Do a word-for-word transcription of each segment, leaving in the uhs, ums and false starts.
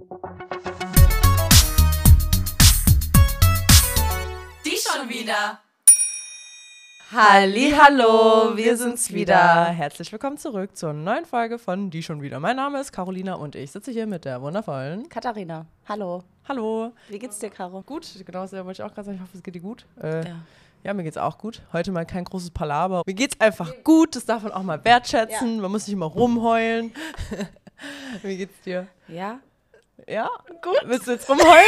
Die schon wieder. Hallihallo, wir sind's wieder. Herzlich willkommen zurück zur neuen Folge von Die schon wieder. Mein Name ist Carolina und ich sitze hier mit der wundervollen Katharina. Hallo. Hallo. Wie geht's dir, Caro? Gut, genau, das wollte ich auch gerade sagen. Ich hoffe, es geht dir gut. Äh, Ja. ja, mir geht's auch gut. Heute mal kein großes Palaver. Mir geht's einfach gut, das darf man auch mal wertschätzen. Ja. Man muss nicht immer rumheulen. Wie geht's dir? Ja? Ja? Gut. Willst du jetzt rumheulen?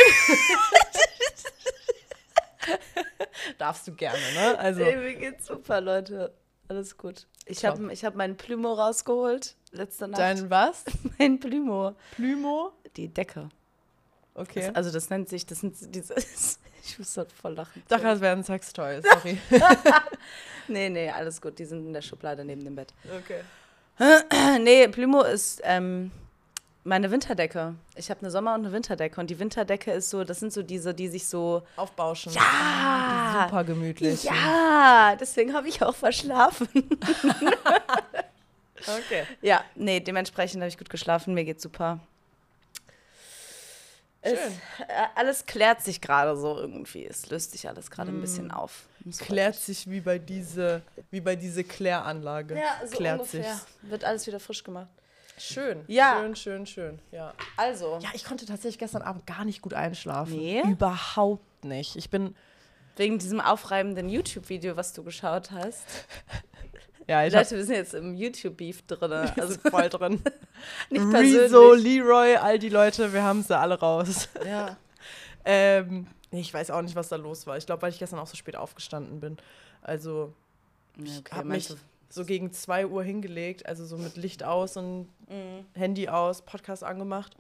Darfst du gerne, ne? Also, Hey, mir geht's super, Leute. Alles gut. Ich Top. habe ich hab meinen Plümo rausgeholt letzte Nacht. dein was? Mein Plümo. Plymo? Die Decke. Okay. Das, also das nennt sich, das sind diese, ich muss dort voll lachen. Ich dachte, das wären Sextoys, sorry. Nee, nee, alles gut. Die sind in der Schublade neben dem Bett. Okay. Nee, Plümo ist ähm, meine Winterdecke. Ich habe eine Sommer- und eine Winterdecke. Und die Winterdecke ist so, das sind so diese, die sich so... Aufbauschen. Ja! Super gemütlich. Ja, deswegen habe ich auch verschlafen. Okay. Ja, nee, dementsprechend habe ich gut geschlafen. Mir geht's super. Es, Schön. äh, alles klärt sich gerade so irgendwie. Es löst sich alles gerade ein bisschen auf. Das Klärt sich wie bei diese, wie bei diese Kläranlage. Ja, so Klärt ungefähr. sich's. Wird alles wieder frisch gemacht. Schön. Ja. Schön, schön, schön. Ja. Also, Ja, ich konnte tatsächlich gestern Abend gar nicht gut einschlafen. Nee? Überhaupt nicht. Ich bin. wegen diesem aufreibenden YouTube-Video, was du geschaut hast. Ja, ich Die Leute, wir sind jetzt im YouTube-Beef drin. hab Also voll drin. nicht persönlich. Rezo, Leroy, all die Leute, wir haben sie alle raus. Ja. Ähm, nee, ich weiß auch nicht, was da los war. Ich glaube, weil ich gestern auch so spät aufgestanden bin. Also, ich Okay, habe meinst mich so gegen zwei Uhr hingelegt, also so mit Licht aus und Handy aus, Podcast angemacht.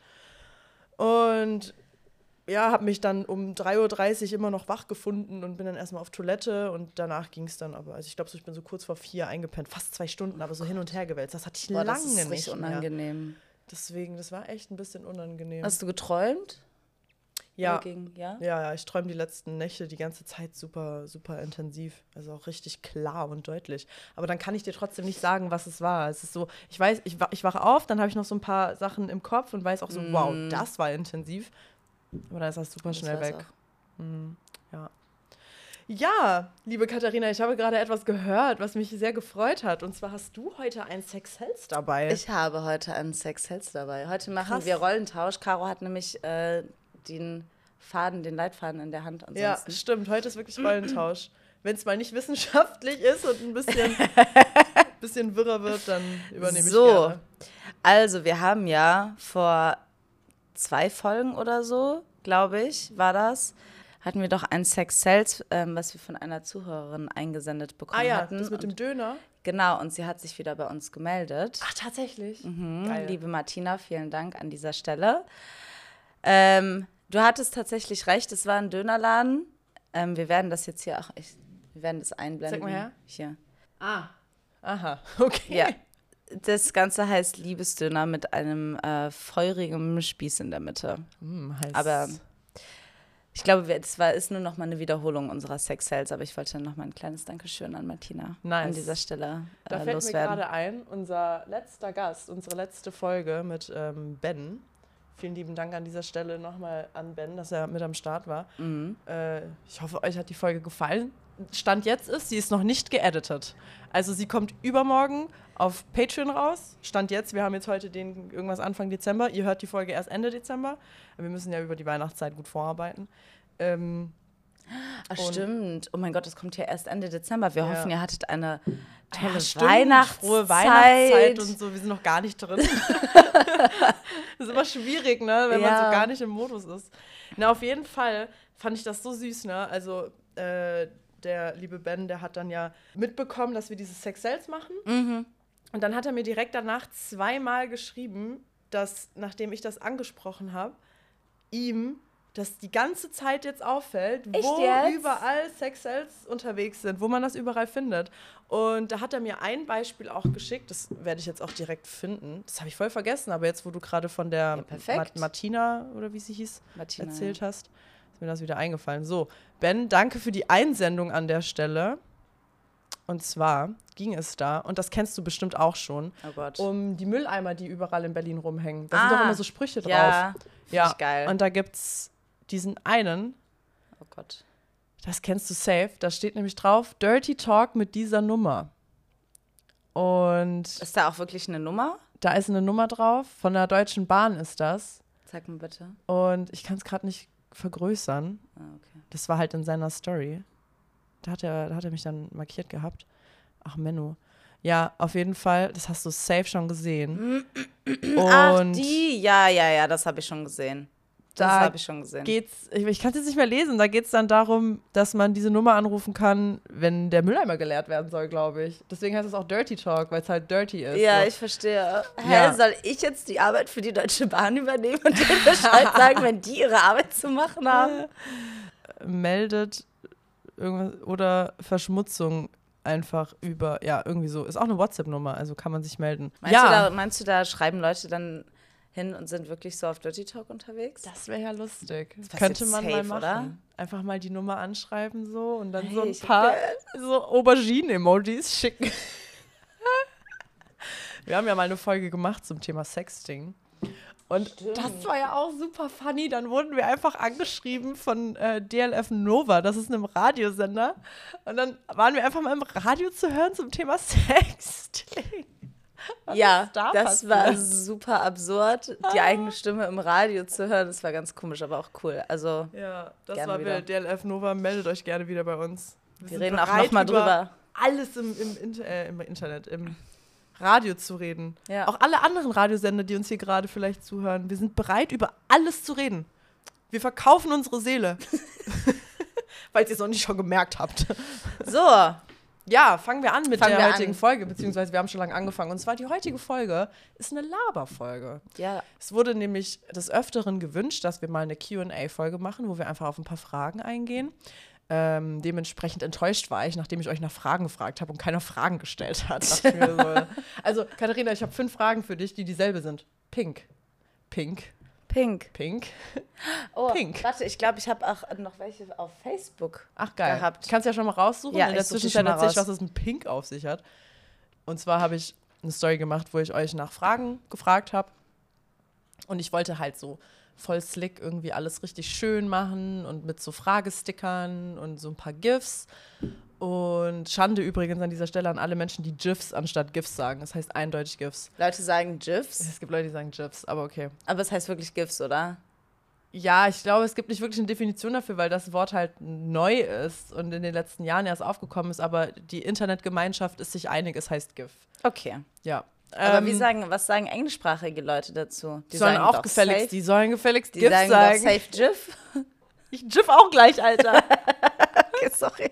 Und ja, habe mich dann um drei Uhr dreißig immer noch wach gefunden und bin dann erstmal auf Toilette und danach ging es dann aber. Also ich glaube, so, ich bin so kurz vor vier eingepennt, fast zwei Stunden, aber so hin und her gewälzt. Das hatte ich Boah, lange das ist nicht richtig mehr. unangenehm. Deswegen, das war echt ein bisschen unangenehm. Hast du geträumt? ja. Oder ging, ja? Ja, ja, ich träume die letzten Nächte die ganze Zeit super, super intensiv. Also auch richtig klar und deutlich. Aber dann kann ich dir trotzdem nicht sagen, was es war. Es ist so, ich weiß, ich, wa- ich wache auf, dann habe ich noch so ein paar Sachen im Kopf und weiß auch so, wow, das war intensiv. Aber dann ist das super Das schnell war's weg. auch. Mhm, ja. Ja, liebe Katharina, ich habe gerade etwas gehört, was mich sehr gefreut hat. Und zwar hast du heute ein Sex Health dabei. Ich habe heute einen Sex Health dabei. Heute machen Krass. wir Rollentausch. Caro hat nämlich äh, den Faden, den Leitfaden in der Hand. Ja, Ansonsten. stimmt. Heute ist wirklich Rollentausch. Wenn es mal nicht wissenschaftlich ist und ein bisschen, bisschen wirrer wird, dann übernehme So. ich gerne. Also, wir haben ja vor zwei Folgen oder so, glaube ich, war das, hatten wir doch ein Sex Health, ähm, was wir von einer Zuhörerin eingesendet bekommen Ah ja, hatten. das mit dem und, Döner. genau, und sie hat sich wieder bei uns gemeldet. Ach, tatsächlich? Mhm, Geil. liebe Martina, vielen Dank an dieser Stelle. Ähm, du hattest tatsächlich recht, es war ein Dönerladen. Ähm, wir werden das jetzt hier auch, ich, wir werden das einblenden. Zeig mal her. Hier. Ah. Aha, okay. Ja. Das Ganze heißt Liebesdöner mit einem äh, feurigen Spieß in der Mitte. Hm, heißt Aber ich glaube, wir- das war, ist nur noch mal eine Wiederholung unserer Sex Sales, aber ich wollte noch mal ein kleines Dankeschön an Martina Nice. an dieser Stelle äh, Da fällt mir loswerden. gerade ein, unser letzter Gast, unsere letzte Folge mit ähm, Ben. Vielen lieben Dank an dieser Stelle nochmal an Ben, dass er mit am Start war. Mhm. Äh, ich hoffe, euch hat die Folge gefallen. Stand jetzt ist, sie ist noch nicht geeditet. Also sie kommt übermorgen auf Patreon raus. Stand jetzt, wir haben jetzt heute den irgendwas Anfang Dezember. Ihr hört die Folge erst Ende Dezember. Wir müssen ja über die Weihnachtszeit gut vorarbeiten. Ähm, Ach, und- stimmt. Oh mein Gott, das kommt ja erst Ende Dezember. Wir Ja. hoffen, ihr hattet eine tolle ja, stimmt, Weihnachtszeit. frohe Weihnachtszeit und so. Wir sind noch gar nicht drin. Das ist immer schwierig, ne, wenn man Ja. so gar nicht im Modus ist. Na, auf jeden Fall fand ich das so süß, ne? Also, äh, der liebe Ben, der hat dann ja mitbekommen, dass wir dieses Sex Sales machen. Mhm. Und dann hat er mir direkt danach zweimal geschrieben, dass, nachdem ich das angesprochen habe, ihm das die ganze Zeit jetzt auffällt, Echt wo jetzt? überall Sex Sales unterwegs sind, wo man das überall findet. Und da hat er mir ein Beispiel auch geschickt, das werde ich jetzt auch direkt finden. Das habe ich voll vergessen, aber jetzt, wo du gerade von der Ja, perfekt. Ma- Martina, oder wie sie hieß, Martina, erzählt hast, ist mir das wieder eingefallen. So, Ben, danke für die Einsendung an der Stelle. Und zwar ging es da, und das kennst du bestimmt auch schon, Oh Gott. um die Mülleimer, die überall in Berlin rumhängen. Da Ah, sind doch immer so Sprüche drauf. Ja, Ja, ich geil. und da gibt's diesen einen, Oh Gott. das kennst du safe, da steht nämlich drauf, Dirty Talk mit dieser Nummer. Und Ist da auch wirklich eine Nummer? da ist eine Nummer drauf, von der Deutschen Bahn ist das. Sag mal bitte. Und ich kann es gerade nicht vergrößern. Ah, okay. Das war halt in seiner Story. Da hat er, da hat er mich dann markiert gehabt. Ach, Menno. Ja, auf jeden Fall, das hast du safe schon gesehen. Ach, Und die? Ja, ja, ja, das habe ich schon gesehen. Das Da habe ich schon gesehen. geht's, ich, ich kann es jetzt nicht mehr lesen, da geht es dann darum, dass man diese Nummer anrufen kann, wenn der Mülleimer geleert werden soll, glaube ich. Deswegen heißt es auch Dirty Talk, weil es halt dirty ist. Ja, so. ich verstehe. Hä, Ja. soll ich jetzt die Arbeit für die Deutsche Bahn übernehmen und denen Bescheid sagen, wenn die ihre Arbeit zu machen haben? Meldet irgendwas oder Verschmutzung einfach über, ja, irgendwie so. Ist auch eine WhatsApp-Nummer, also kann man sich melden. Meinst, ja, du da, meinst du, da schreiben Leute dann hin und sind wirklich so auf Dirty Talk unterwegs? das wäre ja lustig. passiert Könnte man safe, mal machen. oder? Einfach mal die Nummer anschreiben so und dann Hey, so ein ich hab paar gehört. so Auberginen-Emojis schicken. Wir haben ja mal eine Folge gemacht zum Thema Sexting. Und Stimmt. das war ja auch super funny. Dann wurden wir einfach angeschrieben von äh, D L F Nova, das ist ein Radiosender. Und dann waren wir einfach mal im Radio zu hören zum Thema Sexting. Was Ja, ist da das war passiert? super absurd, die eigene Stimme im Radio zu hören. Das war ganz komisch, aber auch cool. Also, Ja, das Gerne war wieder. wild. D L F Nova, meldet euch gerne wieder bei uns. wir sind reden auch bereit, noch mal über drüber. Alles im, im, Inter äh, im Internet, im Radio zu reden. Ja. Auch alle anderen Radiosender, die uns hier gerade vielleicht zuhören. Wir sind bereit, über alles zu reden. Wir verkaufen unsere Seele. Falls ihr es noch nicht schon gemerkt habt. So, Ja, fangen wir an mit Fangen der wir heutigen an. Folge, beziehungsweise wir haben schon lange angefangen. Und zwar die heutige Folge ist eine Laberfolge. ja, Es wurde nämlich des Öfteren gewünscht, dass wir mal eine Q und A-Folge machen, wo wir einfach auf ein paar Fragen eingehen. Ähm, dementsprechend enttäuscht war ich, nachdem ich euch nach Fragen gefragt habe und keiner Fragen gestellt hat. Dachte ich mir so. Also, Katharina, ich habe fünf Fragen für dich, die dieselbe sind. Pink. Pink. pink. Pink. Oh, Pink. warte, ich glaube, ich habe auch noch welche auf Facebook. Ach, geil. Gehabt. Kannst ja schon mal raussuchen. Ja, In der ich such die Zwischenzeit schon mal erzähl ich, raus. was es mit Pink auf sich hat. Und zwar habe ich eine Story gemacht, wo ich euch nach Fragen gefragt habe. Und ich wollte halt so voll slick irgendwie alles richtig schön machen und mit so Fragestickern und so ein paar GIFs. Und Schande übrigens an dieser Stelle an alle Menschen, die GIFs anstatt GIFs sagen. Das heißt eindeutig GIFs. Leute sagen GIFs, Es gibt Leute, die sagen GIFs, aber okay. aber es heißt wirklich GIFs, oder? Ja, ich glaube, es gibt nicht wirklich eine Definition dafür, weil das Wort halt neu ist und in den letzten Jahren erst aufgekommen ist, aber die Internetgemeinschaft ist sich einig, es heißt GIF. Okay. Ja. Aber Ähm, wie sagen, was sagen englischsprachige Leute dazu? die sollen sagen auch doch gefälligst, safe, die sollen gefälligst die GIF sagen, sagen. doch safe GIF. Ich GIF auch gleich, Alter. Okay, sorry.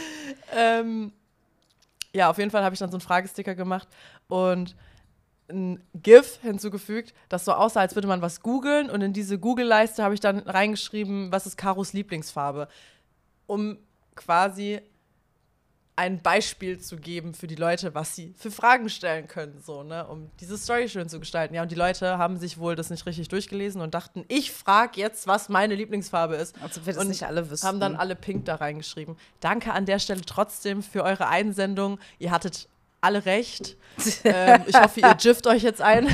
ähm, ja, auf jeden Fall habe ich dann so einen Fragesticker gemacht und ein GIF hinzugefügt, das so aussah, als würde man was googeln. Und in diese Google-Leiste habe ich dann reingeschrieben, was ist Karos Lieblingsfarbe, um quasi ein Beispiel zu geben für die Leute, was sie für Fragen stellen können, so, ne, um diese Story schön zu gestalten. Ja, und die Leute haben sich wohl das nicht richtig durchgelesen und dachten, ich frage jetzt, was meine Lieblingsfarbe ist. Als ob wir das Und nicht alle wüssten. Haben dann alle Pink da reingeschrieben. Danke an der Stelle trotzdem für eure Einsendung. Ihr hattet alle recht. ähm, ich hoffe, ihr gifft euch jetzt ein.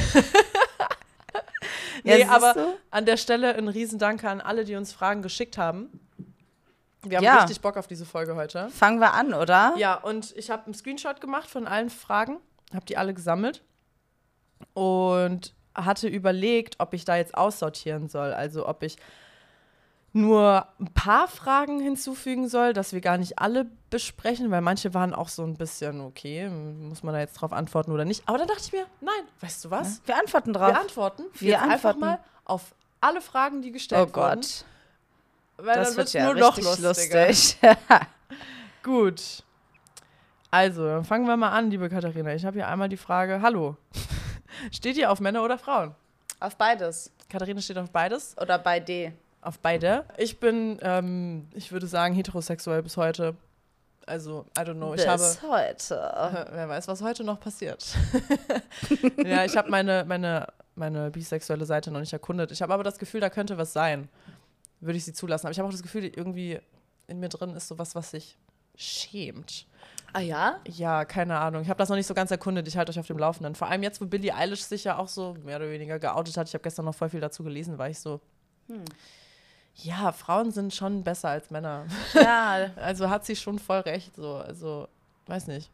Ja, nee, siehst aber du? an der Stelle ein Riesendanke an alle, die uns Fragen geschickt haben. Wir haben Ja. richtig Bock auf diese Folge heute. Fangen wir an, oder? Ja, und ich habe einen Screenshot gemacht von allen Fragen, habe die alle gesammelt und hatte überlegt, ob ich da jetzt aussortieren soll. Also ob ich nur ein paar Fragen hinzufügen soll, dass wir gar nicht alle besprechen, weil manche waren auch so ein bisschen, okay, muss man da jetzt drauf antworten oder nicht. Aber dann dachte ich mir, nein, weißt du was? Wir antworten drauf. Wir antworten Wir jetzt einfach antworten. mal auf alle Fragen, die gestellt Oh wurden. Gott, Weil das dann wird wird's ja nur noch richtig lustiger. lustig. Gut. Also, dann fangen wir mal an, liebe Katharina. Ich habe hier einmal die Frage, hallo, steht ihr auf Männer oder Frauen? Auf beides. Katharina steht auf beides, Oder bei D. auf beide. Ich bin, ähm, ich würde sagen, heterosexuell bis heute. Also, I don't know, ich Bis habe, heute. äh, wer weiß, was heute noch passiert. Ja, ich habe meine, meine, meine bisexuelle Seite noch nicht erkundet. Ich habe aber das Gefühl, da könnte was sein. Würde ich sie zulassen. Aber ich habe auch das Gefühl, irgendwie in mir drin ist sowas, was sich schämt. Ah ja? Ja, keine Ahnung. Ich habe das noch nicht so ganz erkundet. Ich halte euch auf dem Laufenden. Vor allem jetzt, wo Billie Eilish sich ja auch so mehr oder weniger geoutet hat. Ich habe gestern noch voll viel dazu gelesen, war ich so, hm. ja, Frauen sind schon besser als Männer. Ja. Also hat sie schon voll recht. So. Also, weiß nicht.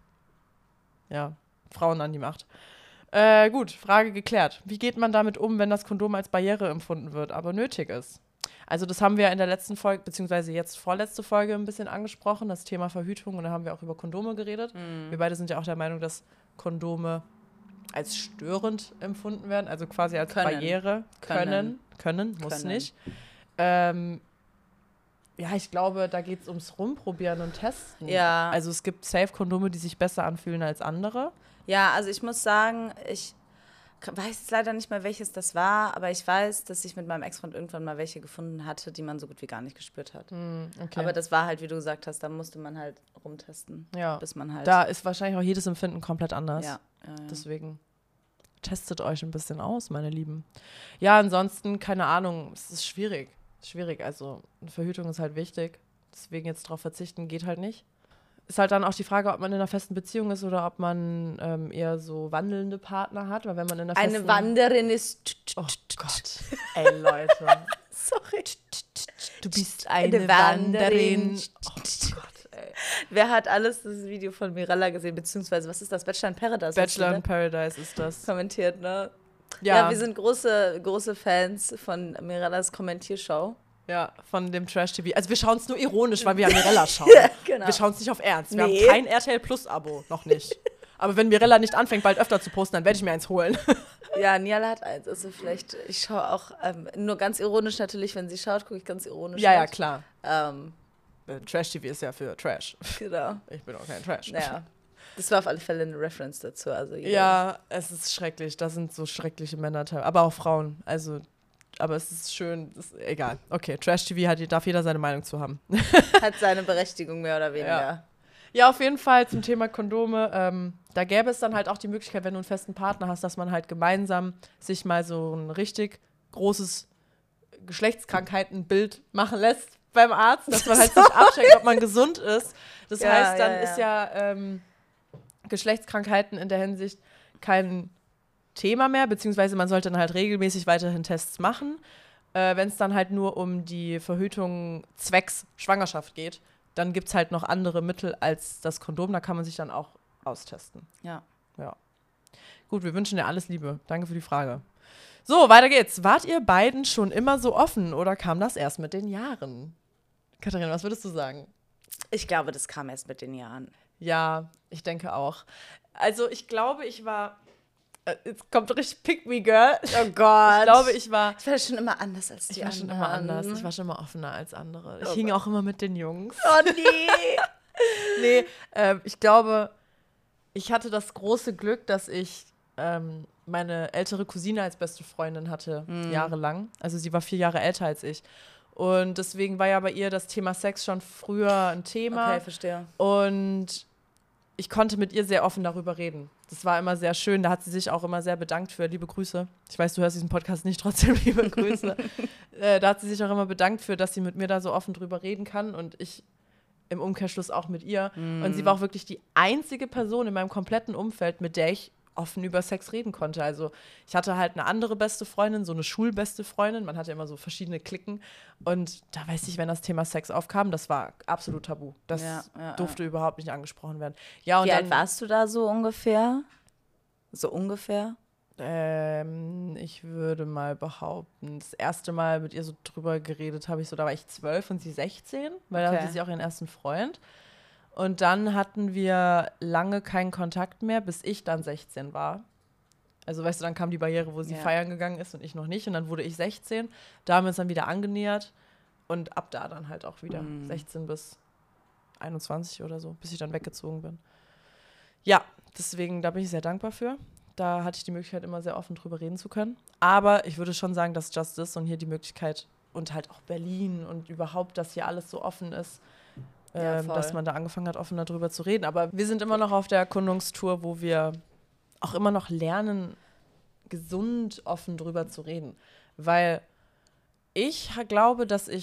Ja, Frauen an die Macht. Äh, gut, Frage geklärt. Wie geht man damit um, wenn das Kondom als Barriere empfunden wird, aber nötig ist? Also das haben wir in der letzten Folge, beziehungsweise jetzt vorletzte Folge ein bisschen angesprochen, das Thema Verhütung. Und da haben wir auch über Kondome geredet. Mhm. Wir beide sind ja auch der Meinung, dass Kondome als störend empfunden werden, also quasi als können. Barriere. Können. Können, muss können. nicht. Ähm, ja, ich glaube, da geht es ums Rumprobieren und Testen. Ja. Also es gibt Safe-Kondome, die sich besser anfühlen als andere. Ja, also ich muss sagen, ich weiß jetzt leider nicht mehr, welches das war, aber ich weiß, dass ich mit meinem Ex-Freund irgendwann mal welche gefunden hatte, die man so gut wie gar nicht gespürt hat. Mm, okay. Aber das war halt, wie du gesagt hast, da musste man halt rumtesten. Ja. Bis man halt da ist wahrscheinlich auch jedes Empfinden komplett anders. Ja. Ja, ja. Deswegen testet euch ein bisschen aus, meine Lieben. Ja, ansonsten, keine Ahnung, es ist schwierig. Schwierig, also eine Verhütung ist halt wichtig. Deswegen jetzt drauf verzichten geht halt nicht. Ist halt dann auch die Frage, ob man in einer festen Beziehung ist oder ob man ähm, eher so wandelnde Partner hat. Weil wenn man in einer festen... Eine Wanderin ist... Oh Gott. Ey, Leute. Sorry. Du bist eine, eine Wanderin. Wanderin. Oh Gott, ey. Wer hat alles das Video von Mirella gesehen? Beziehungsweise, was ist das? Bachelor in Paradise? Bachelor in Paradise ist das. Kommentiert, ne? Ja. Ja, wir sind große, große Fans von Mirellas Kommentiershow. Ja, von dem Trash-T V. Also wir schauen es nur ironisch, weil wir ja Mirella schauen. Ja, genau. Wir schauen es nicht auf Ernst. Wir nee. haben kein R T L Plus-Abo, noch nicht. Aber wenn Mirella nicht anfängt, bald öfter zu posten, dann werde ich mir eins holen. Ja, Niala hat eins. Also vielleicht, ich schaue auch, ähm, nur ganz ironisch natürlich, wenn sie schaut, gucke ich ganz ironisch. Ja, mit. ja, klar. Ähm, Trash-T V ist ja für Trash. Genau. Ich bin auch kein Trash. Naja. Das war auf alle Fälle eine Reference dazu. Also ja, es ist schrecklich. Da sind so schreckliche Männer, aber auch Frauen. Also, aber es ist schön. Ist egal. Okay, Trash-T V hat, darf jeder seine Meinung zu haben. Hat seine Berechtigung mehr oder weniger. Ja, ja auf jeden Fall zum Thema Kondome. Ähm, da gäbe es dann halt auch die Möglichkeit, wenn du einen festen Partner hast, dass man halt gemeinsam sich mal so ein richtig großes Geschlechtskrankheitenbild machen lässt beim Arzt, dass man halt sich abcheckt, ob man gesund ist. Das ja, heißt, dann ja, ja. ist ja ähm, Geschlechtskrankheiten in der Hinsicht kein Thema mehr, beziehungsweise man sollte dann halt regelmäßig weiterhin Tests machen. Äh, wenn es dann halt nur um die Verhütung zwecks Schwangerschaft geht, dann gibt es halt noch andere Mittel als das Kondom. Da kann man sich dann auch austesten. Ja. Ja. Gut, wir wünschen dir alles Liebe. Danke für die Frage. So, weiter geht's. Wart ihr beiden schon immer so offen oder kam das erst mit den Jahren? Katharina, was würdest du sagen? Ich glaube, das kam erst mit den Jahren. Ja, ich denke auch. Also ich glaube, ich war, äh, jetzt kommt richtig Pick Me Girl. Oh Gott. Ich glaube, ich war, ich war schon immer anders als die ich war anderen. schon immer anders. Ich war schon immer offener als andere. Ich oh hing Gott. auch immer mit den Jungs. Oh nee. Nee, äh, ich glaube, ich hatte das große Glück, dass ich ähm, meine ältere Cousine als beste Freundin hatte, mm. jahrelang. Also sie war vier Jahre älter als ich. Und deswegen war ja bei ihr das Thema Sex schon früher ein Thema. Okay, verstehe. Und ich konnte mit ihr sehr offen darüber reden. Das war immer sehr schön. Da hat sie sich auch immer sehr bedankt für. Liebe Grüße. Ich weiß, du hörst diesen Podcast nicht, trotzdem liebe Grüße. äh, da hat sie sich auch immer bedankt für, dass sie mit mir da so offen drüber reden kann. Und ich im Umkehrschluss auch mit ihr. Mm. Und sie war auch wirklich die einzige Person in meinem kompletten Umfeld, mit der ich offen über Sex reden konnte. Also ich hatte halt eine andere beste Freundin, so eine schulbeste Freundin. Man hatte immer so verschiedene Cliquen. Und da weiß ich, wenn das Thema Sex aufkam, das war absolut tabu. Das ja, ja, durfte ja. überhaupt nicht angesprochen werden. Ja, und Wie dann, alt warst du da so ungefähr? So ungefähr? Ähm, ich würde mal behaupten, das erste Mal mit ihr so drüber geredet habe ich so, da war ich zwölf und sie sechzehn, weil okay. da hatte sie auch ihren ersten Freund. Und dann hatten wir lange keinen Kontakt mehr, bis ich dann sechzehn war. Also weißt du, dann kam die Barriere, wo sie ja. feiern gegangen ist und ich noch nicht. Und dann wurde ich sechzehn. Da haben wir uns dann wieder angenähert. Und ab da dann halt auch wieder mhm. sechzehn bis einundzwanzig oder so, bis ich dann weggezogen bin. Ja, deswegen, da bin ich sehr dankbar für. Da hatte ich die Möglichkeit, immer sehr offen drüber reden zu können. Aber ich würde schon sagen, dass Justice und hier die Möglichkeit und halt auch Berlin und überhaupt, dass hier alles so offen ist, ja, ähm, dass man da angefangen hat, offen darüber zu reden. Aber wir sind immer noch auf der Erkundungstour, wo wir auch immer noch lernen, gesund offen drüber zu reden. Weil ich glaube, dass ich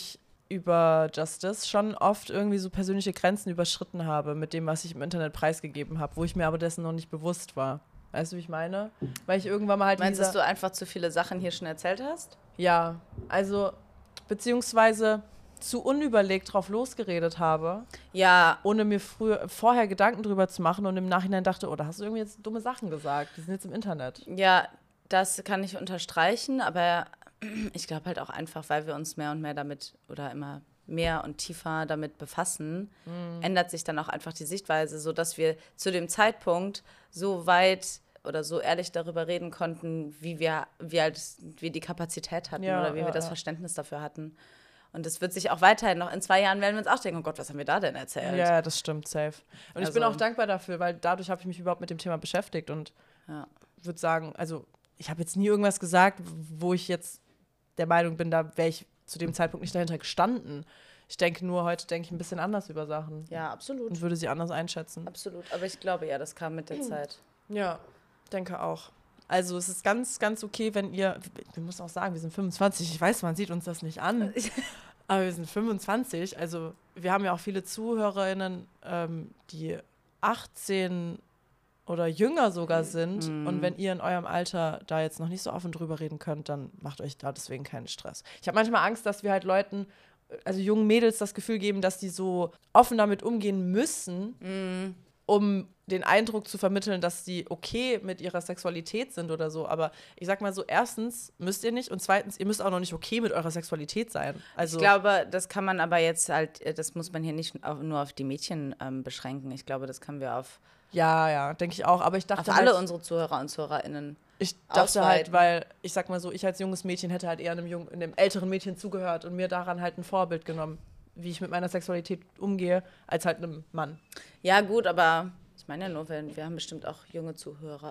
über Justice schon oft irgendwie so persönliche Grenzen überschritten habe mit dem, was ich im Internet preisgegeben habe, wo ich mir aber dessen noch nicht bewusst war. Weißt du, wie ich meine? Weil ich irgendwann mal halt Meinst du, dieser, dass du einfach zu viele Sachen hier schon erzählt hast? Ja, also beziehungsweise zu unüberlegt drauf losgeredet habe, ja, ohne mir früher, vorher Gedanken drüber zu machen und im Nachhinein dachte, oh, da hast du irgendwie jetzt dumme Sachen gesagt, die sind jetzt im Internet. Ja, das kann ich unterstreichen, aber ich glaube halt auch einfach, weil wir uns mehr und mehr damit oder immer mehr und tiefer damit befassen, mhm. ändert sich dann auch einfach die Sichtweise, sodass wir zu dem Zeitpunkt so weit oder so ehrlich darüber reden konnten, wie wir, wie halt, wir die Kapazität hatten ja, oder wie ja, wir das ja. Verständnis dafür hatten. Und es wird sich auch weiterhin, noch in zwei Jahren werden wir uns auch denken, oh Gott, was haben wir da denn erzählt? Ja, das stimmt, safe. Und also, ich bin auch dankbar dafür, weil dadurch habe ich mich überhaupt mit dem Thema beschäftigt und ja. würde sagen, also ich habe jetzt nie irgendwas gesagt, wo ich jetzt der Meinung bin, da wäre ich zu dem Zeitpunkt nicht dahinter gestanden. Ich denke nur, heute denke ich ein bisschen anders über Sachen. Ja, absolut. Und würde sie anders einschätzen. Absolut, aber ich glaube, ja, das kam mit der Zeit. Ja, denke auch. Also es ist ganz, ganz okay, wenn ihr, wir müssen auch sagen, wir sind fünfundzwanzig, ich weiß, man sieht uns das nicht an, aber wir sind fünfundzwanzig, also wir haben ja auch viele ZuhörerInnen, ähm, die achtzehn oder jünger sogar sind mm. und wenn ihr in eurem Alter da jetzt noch nicht so offen drüber reden könnt, dann macht euch da deswegen keinen Stress. Ich habe manchmal Angst, dass wir halt Leuten, also jungen Mädels das Gefühl geben, dass die so offen damit umgehen müssen, mm. um den Eindruck zu vermitteln, dass die okay mit ihrer Sexualität sind oder so. Aber ich sag mal so, erstens müsst ihr nicht und zweitens, ihr müsst auch noch nicht okay mit eurer Sexualität sein. Also ich glaube, das kann man aber jetzt halt, das muss man hier nicht auf, nur auf die Mädchen ähm, beschränken. Ich glaube, das können wir auf ja, ja, denke ich auch. Aber ich dachte auf alle halt, unsere Zuhörer und ZuhörerInnen ich dachte ausweiten. halt, weil, ich sag mal so, ich als junges Mädchen hätte halt eher einem, jungen, einem älteren Mädchen zugehört und mir daran halt ein Vorbild genommen, wie ich mit meiner Sexualität umgehe, als halt einem Mann. Ja gut, aber ich meine ja nur, wir, wir haben bestimmt auch junge Zuhörer.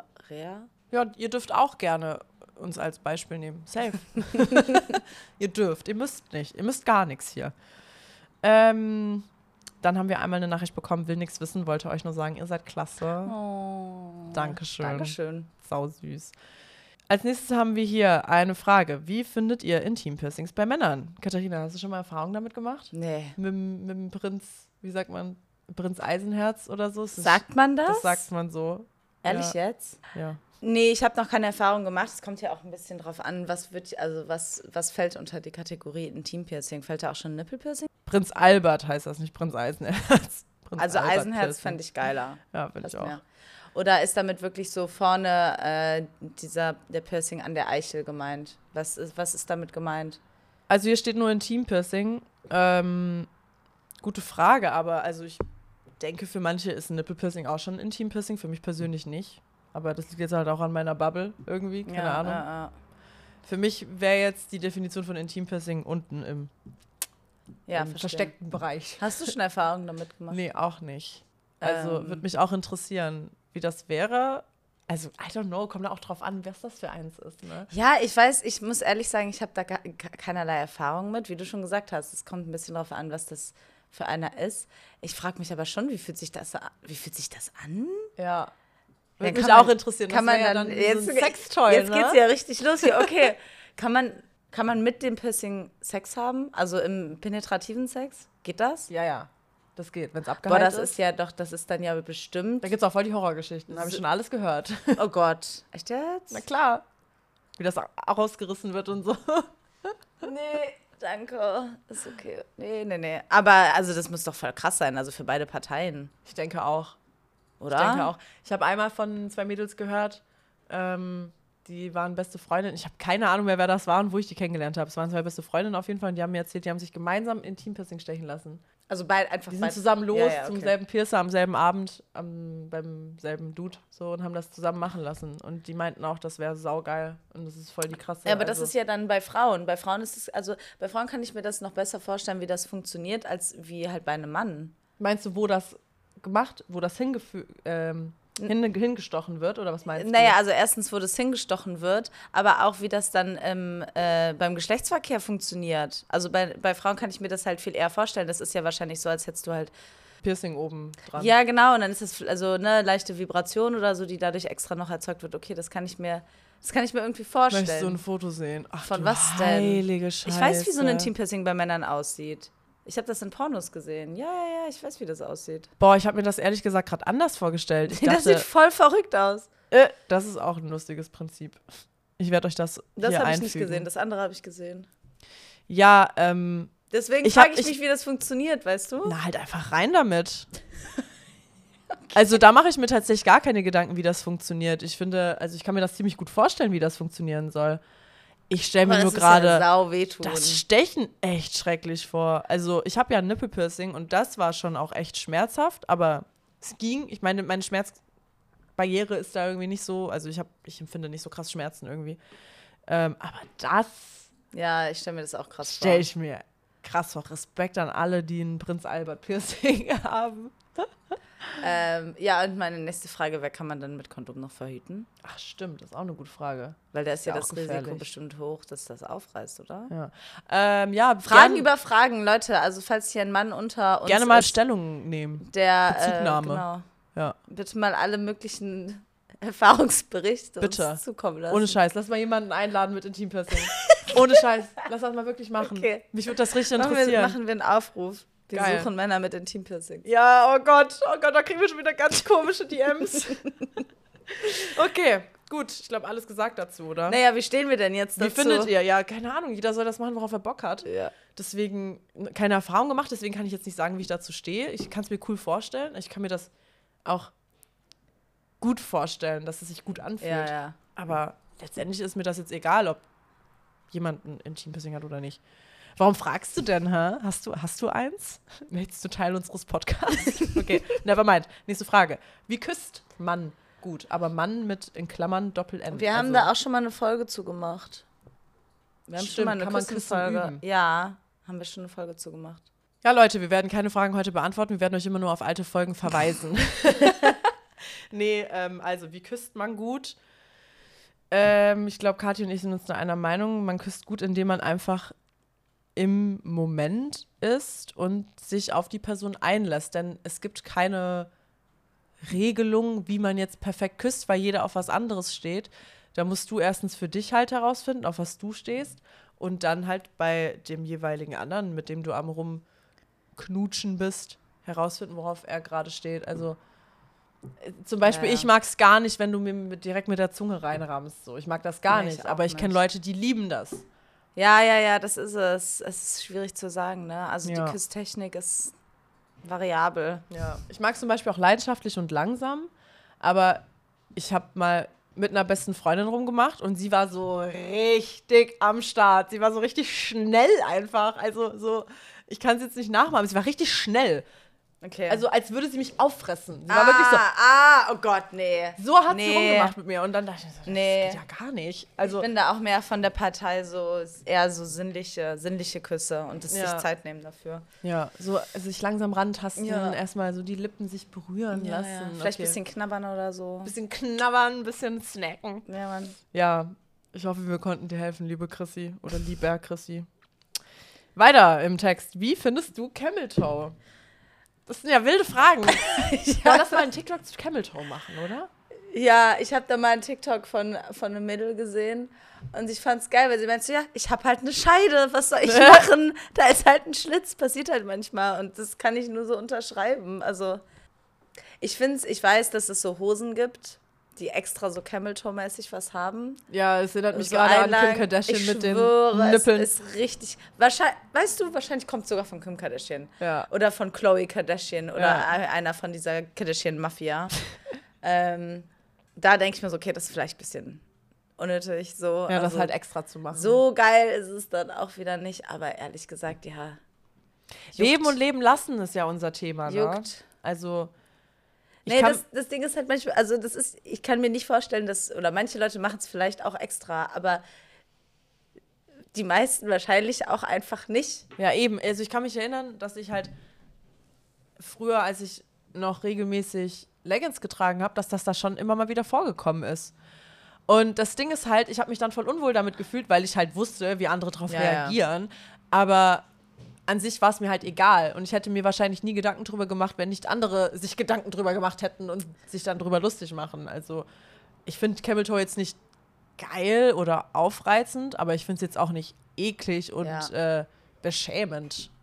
Ja, ihr dürft auch gerne uns als Beispiel nehmen. Safe. Ihr dürft, ihr müsst nicht. Ihr müsst gar nichts hier. Ähm, dann haben wir einmal eine Nachricht bekommen, will nichts wissen, wollte euch nur sagen, ihr seid klasse. Oh, Dankeschön. Dankeschön. Sau süß. Als nächstes haben wir hier eine Frage. Wie findet ihr Intim-Piercings bei Männern? Katharina, hast du schon mal Erfahrung damit gemacht? Nee. Mit, mit dem Prinz, wie sagt man, Prinz Eisenherz oder so? Das sagt man das? Das sagt man so. Ehrlich ja. jetzt? Ja. Nee, ich habe noch keine Erfahrung gemacht. Es kommt ja auch ein bisschen drauf an, was wird, also was, was fällt unter die Kategorie Intim-Piercing? Fällt da auch schon Nippel-Piercing? Prinz Albert heißt das, nicht Prinz Eisenherz. Prinz also Albert Eisenherz fände ich geiler. Ja, finde ich auch. Mehr. Oder ist damit wirklich so vorne äh, dieser, der Piercing an der Eichel gemeint? Was ist, was ist damit gemeint? Also hier steht nur Intim-Piercing. Ähm, gute Frage, aber also ich denke, für manche ist ein Nippel-Piercing auch schon ein Intim-Piercing, für mich persönlich nicht. Aber das liegt jetzt halt auch an meiner Bubble irgendwie, keine ja, Ahnung. Ja, ja. Für mich wäre jetzt die Definition von Intim-Piercing unten im, ja, im versteckten Bereich. Hast du schon Erfahrungen damit gemacht? Nee, auch nicht. Also ähm. würde mich auch interessieren, wie das wäre. Also, I don't know, kommt da auch drauf an, was das für eins ist, ne? Ja, ich weiß, ich muss ehrlich sagen, ich habe da gar, keinerlei Erfahrung mit. Wie du schon gesagt hast, es kommt ein bisschen drauf an, was das für einer ist. Ich frage mich aber schon, wie fühlt sich das, wie fühlt sich das an? Ja. Würde mich man, auch interessieren. Kann das man ja dann, dann jetzt, so ein Sextoy, jetzt ne? geht's ja richtig los hier. Okay, kann man, kann man mit dem Piercing Sex haben? Also im penetrativen Sex? Geht das? Ja, ja. Das geht, wenn es abgeheilt Boah, das ist. ist ja doch, das ist dann ja bestimmt. Da gibt es auch voll die Horrorgeschichten, habe ich schon alles gehört. Oh Gott. Echt jetzt? Na klar. Wie das rausgerissen wird und so. Nee, danke. Ist okay. Nee, nee, nee. Aber also das muss doch voll krass sein, also für beide Parteien. Ich denke auch. Oder? Ich denke auch. Ich habe einmal von zwei Mädels gehört, ähm, die waren beste Freundinnen. Ich habe keine Ahnung mehr, wer das war und wo ich die kennengelernt habe. Es waren zwei beste Freundinnen auf jeden Fall und die haben mir erzählt, die haben sich gemeinsam Intim-Piercing stechen lassen. Also beid, einfach Die sind beid, zusammen los ja, ja, okay. zum selben Piercer am selben Abend, am, beim selben Dude so und haben das zusammen machen lassen. Und die meinten auch, das wäre saugeil und das ist voll die krasse. Ja, aber also das ist ja dann bei Frauen. Bei Frauen ist es, also bei Frauen kann ich mir das noch besser vorstellen, wie das funktioniert, als wie halt bei einem Mann. Meinst du, wo das gemacht, wo das hingefügt, ähm, Hin, hingestochen wird, oder was meinst du? Naja, also erstens, wo das hingestochen wird, aber auch, wie das dann ähm, äh, beim Geschlechtsverkehr funktioniert. Also bei, bei Frauen kann ich mir das halt viel eher vorstellen. Das ist ja wahrscheinlich so, als hättest du halt Piercing oben dran. Ja, genau, und dann ist das also eine leichte Vibration oder so, die dadurch extra noch erzeugt wird. Okay, das kann ich mir, das kann ich mir irgendwie vorstellen. Möchtest du ein Foto sehen? Ach, von du was denn? heilige Scheiße. Ich weiß, wie so ein Intim-Piercing bei Männern aussieht. Ich habe das in Pornos gesehen. Ja, ja, ja, ich weiß, wie das aussieht. Boah, ich habe mir das ehrlich gesagt gerade anders vorgestellt. Ich dachte, das sieht voll verrückt aus. Äh, das ist auch ein lustiges Prinzip. Ich werde euch das, das hier hab einfügen. Das habe ich nicht gesehen, das andere habe ich gesehen. Ja, ähm... Deswegen frage ich, ich mich, wie das funktioniert, weißt du? Na, halt einfach rein damit. Okay. Also da mache ich mir tatsächlich gar keine Gedanken, wie das funktioniert. Ich finde, also ich kann mir das ziemlich gut vorstellen, wie das funktionieren soll. Ich stelle mir nur gerade ja das Stechen echt schrecklich vor. Also ich habe ja ein Nippelpiercing und das war schon auch echt schmerzhaft, aber es ging. Ich meine, meine Schmerzbarriere ist da irgendwie nicht so, also ich, hab, ich empfinde nicht so krass Schmerzen irgendwie. Ähm, aber das ja, ich stelle mir das auch krass vor. Stelle ich mir krass vor. Respekt an alle, die ein Prinz Albert Piercing haben. ähm, ja, und meine nächste Frage, wer kann man dann mit Kondom noch verhüten? Ach stimmt, das ist auch eine gute Frage. Weil da ist, ist ja das gefährlich. Risiko bestimmt hoch, dass das aufreißt, oder? Ja, ähm, ja Fragen gern, über Fragen, Leute. Also falls hier ein Mann unter uns gerne mal ist, Stellung nehmen. Der, Bezugnahme. Äh, genau. Ja. Bitte mal alle möglichen Erfahrungsberichte Bitte. uns zukommen lassen. Ohne Scheiß, lass mal jemanden einladen mit Intimpiercing. Ohne Scheiß, lass das mal wirklich machen. Okay. Mich würde das richtig machen interessieren. Wir, machen wir einen Aufruf. Wir Geil. suchen Männer mit Intimpiercing. Ja, oh Gott, oh Gott, da kriegen wir schon wieder ganz komische D Ms. Okay, gut, ich glaube, alles gesagt dazu, oder? Naja, wie stehen wir denn jetzt dazu? Wie findet ihr? Ja, keine Ahnung, jeder soll das machen, worauf er Bock hat. Ja. Deswegen keine Erfahrung gemacht, deswegen kann ich jetzt nicht sagen, wie ich dazu stehe. Ich kann es mir cool vorstellen. Ich kann mir das auch gut vorstellen, dass es sich gut anfühlt. Ja, ja. Aber letztendlich ist mir das jetzt egal, ob jemand ein Intimpiercing hat oder nicht. Warum fragst du denn, hä? Hast du, hast du eins? Möchtest du Teil unseres Podcasts? Okay, never mind. Nächste Frage. Wie küsst Mann gut? Aber Mann mit, in Klammern, Doppel-N. Wir haben also, da auch schon mal eine Folge zu gemacht. Wir haben stimmt, schon mal eine kann man Küssenfolge. Küssen üben? Ja, haben wir schon eine Folge zu gemacht. Ja, Leute, wir werden keine Fragen heute beantworten. Wir werden euch immer nur auf alte Folgen verweisen. Nee, ähm, also, wie küsst man gut? Ähm, ich glaube, Kathi und ich sind uns da einer Meinung. Man küsst gut, indem man einfach im Moment ist und sich auf die Person einlässt. Denn es gibt keine Regelung, wie man jetzt perfekt küsst, weil jeder auf was anderes steht. Da musst du erstens für dich halt herausfinden, auf was du stehst. Und dann halt bei dem jeweiligen anderen, mit dem du am Rumknutschen bist, herausfinden, worauf er gerade steht. Also zum Beispiel, ja, ja. ich mag es gar nicht, wenn du mir mit, direkt mit der Zunge reinrammst. So. Ich mag das gar Nee, nicht. ich Aber auch ich kenne nicht. Leute, die lieben das. Ja, ja, ja, das ist es. Es ist schwierig zu sagen, ne? Also Ja. die Küsstechnik ist variabel. Ja. Ich mag zum Beispiel auch leidenschaftlich und langsam. Aber ich habe mal mit einer besten Freundin rumgemacht und sie war so richtig am Start. Sie war so richtig schnell einfach. Also so, ich kann es jetzt nicht nachmachen, aber sie war richtig schnell. Okay. Also als würde sie mich auffressen. Sie war ah, wirklich so. ah, oh Gott, nee. So hat nee. sie rumgemacht mit mir. Und dann dachte ich, das Nee. geht ja gar nicht. Also, Ich bin da auch mehr von der Partei, so eher so sinnliche, sinnliche Küsse und das Ja. sich Zeit nehmen dafür. ja, so sich langsam rantasten, Ja. erstmal so die Lippen sich berühren lassen. Vielleicht Okay. ein bisschen knabbern oder so. bisschen knabbern, ein bisschen snacken. Ja, Mann. Ja, ich hoffe, wir konnten dir helfen, liebe Chrissy oder lieber Chrissy. Weiter im Text. Wie findest du Camel Toe? Das sind ja wilde Fragen. Ja, lass mal einen TikTok zu Camel Toe machen, oder? Ja, ich habe da mal einen TikTok von, von einem Mädel gesehen und ich fand's geil, weil sie meinte, so, ja, ich habe halt eine Scheide, was soll ich machen? Da ist halt ein Schlitz, passiert halt manchmal und das kann ich nur so unterschreiben. Also ich find's, ich weiß, dass es so Hosen gibt, die extra so Camel-Toe-mäßig was haben. Ja, es erinnert mich So gerade an Einlagen. Kim Kardashian ich mit den schwöre, Nippeln. Es ist richtig. Wahrscheinlich, weißt du, wahrscheinlich kommt es sogar von Kim Kardashian. Ja. Oder von Khloe Kardashian oder Ja. einer von dieser Kardashian-Mafia. ähm, da denke ich mir so, okay, das ist vielleicht ein bisschen unnötig. So. Ja, das Also, halt extra zu machen. so geil ist es dann auch wieder nicht. Aber ehrlich gesagt, ja. Juckt. Leben und leben lassen ist ja unser Thema, ne? Juckt. Also, ich Nee, kann, das, das Ding ist halt manchmal, also das ist, ich kann mir nicht vorstellen, dass, oder manche Leute machen es vielleicht auch extra, aber die meisten wahrscheinlich auch einfach nicht. ja eben, also ich kann mich erinnern, dass ich halt früher, als ich noch regelmäßig Leggings getragen habe, dass das da schon immer mal wieder vorgekommen ist. Und das Ding ist halt, ich habe mich dann voll unwohl damit gefühlt, weil ich halt wusste, wie andere darauf Ja, ja. reagieren. Aber an sich war es mir halt egal. Und ich hätte mir wahrscheinlich nie Gedanken drüber gemacht, wenn nicht andere sich Gedanken drüber gemacht hätten und sich dann drüber lustig machen. Also ich finde Camel Toe jetzt nicht geil oder aufreizend, aber ich finde es jetzt auch nicht eklig und Ja. äh, beschämend.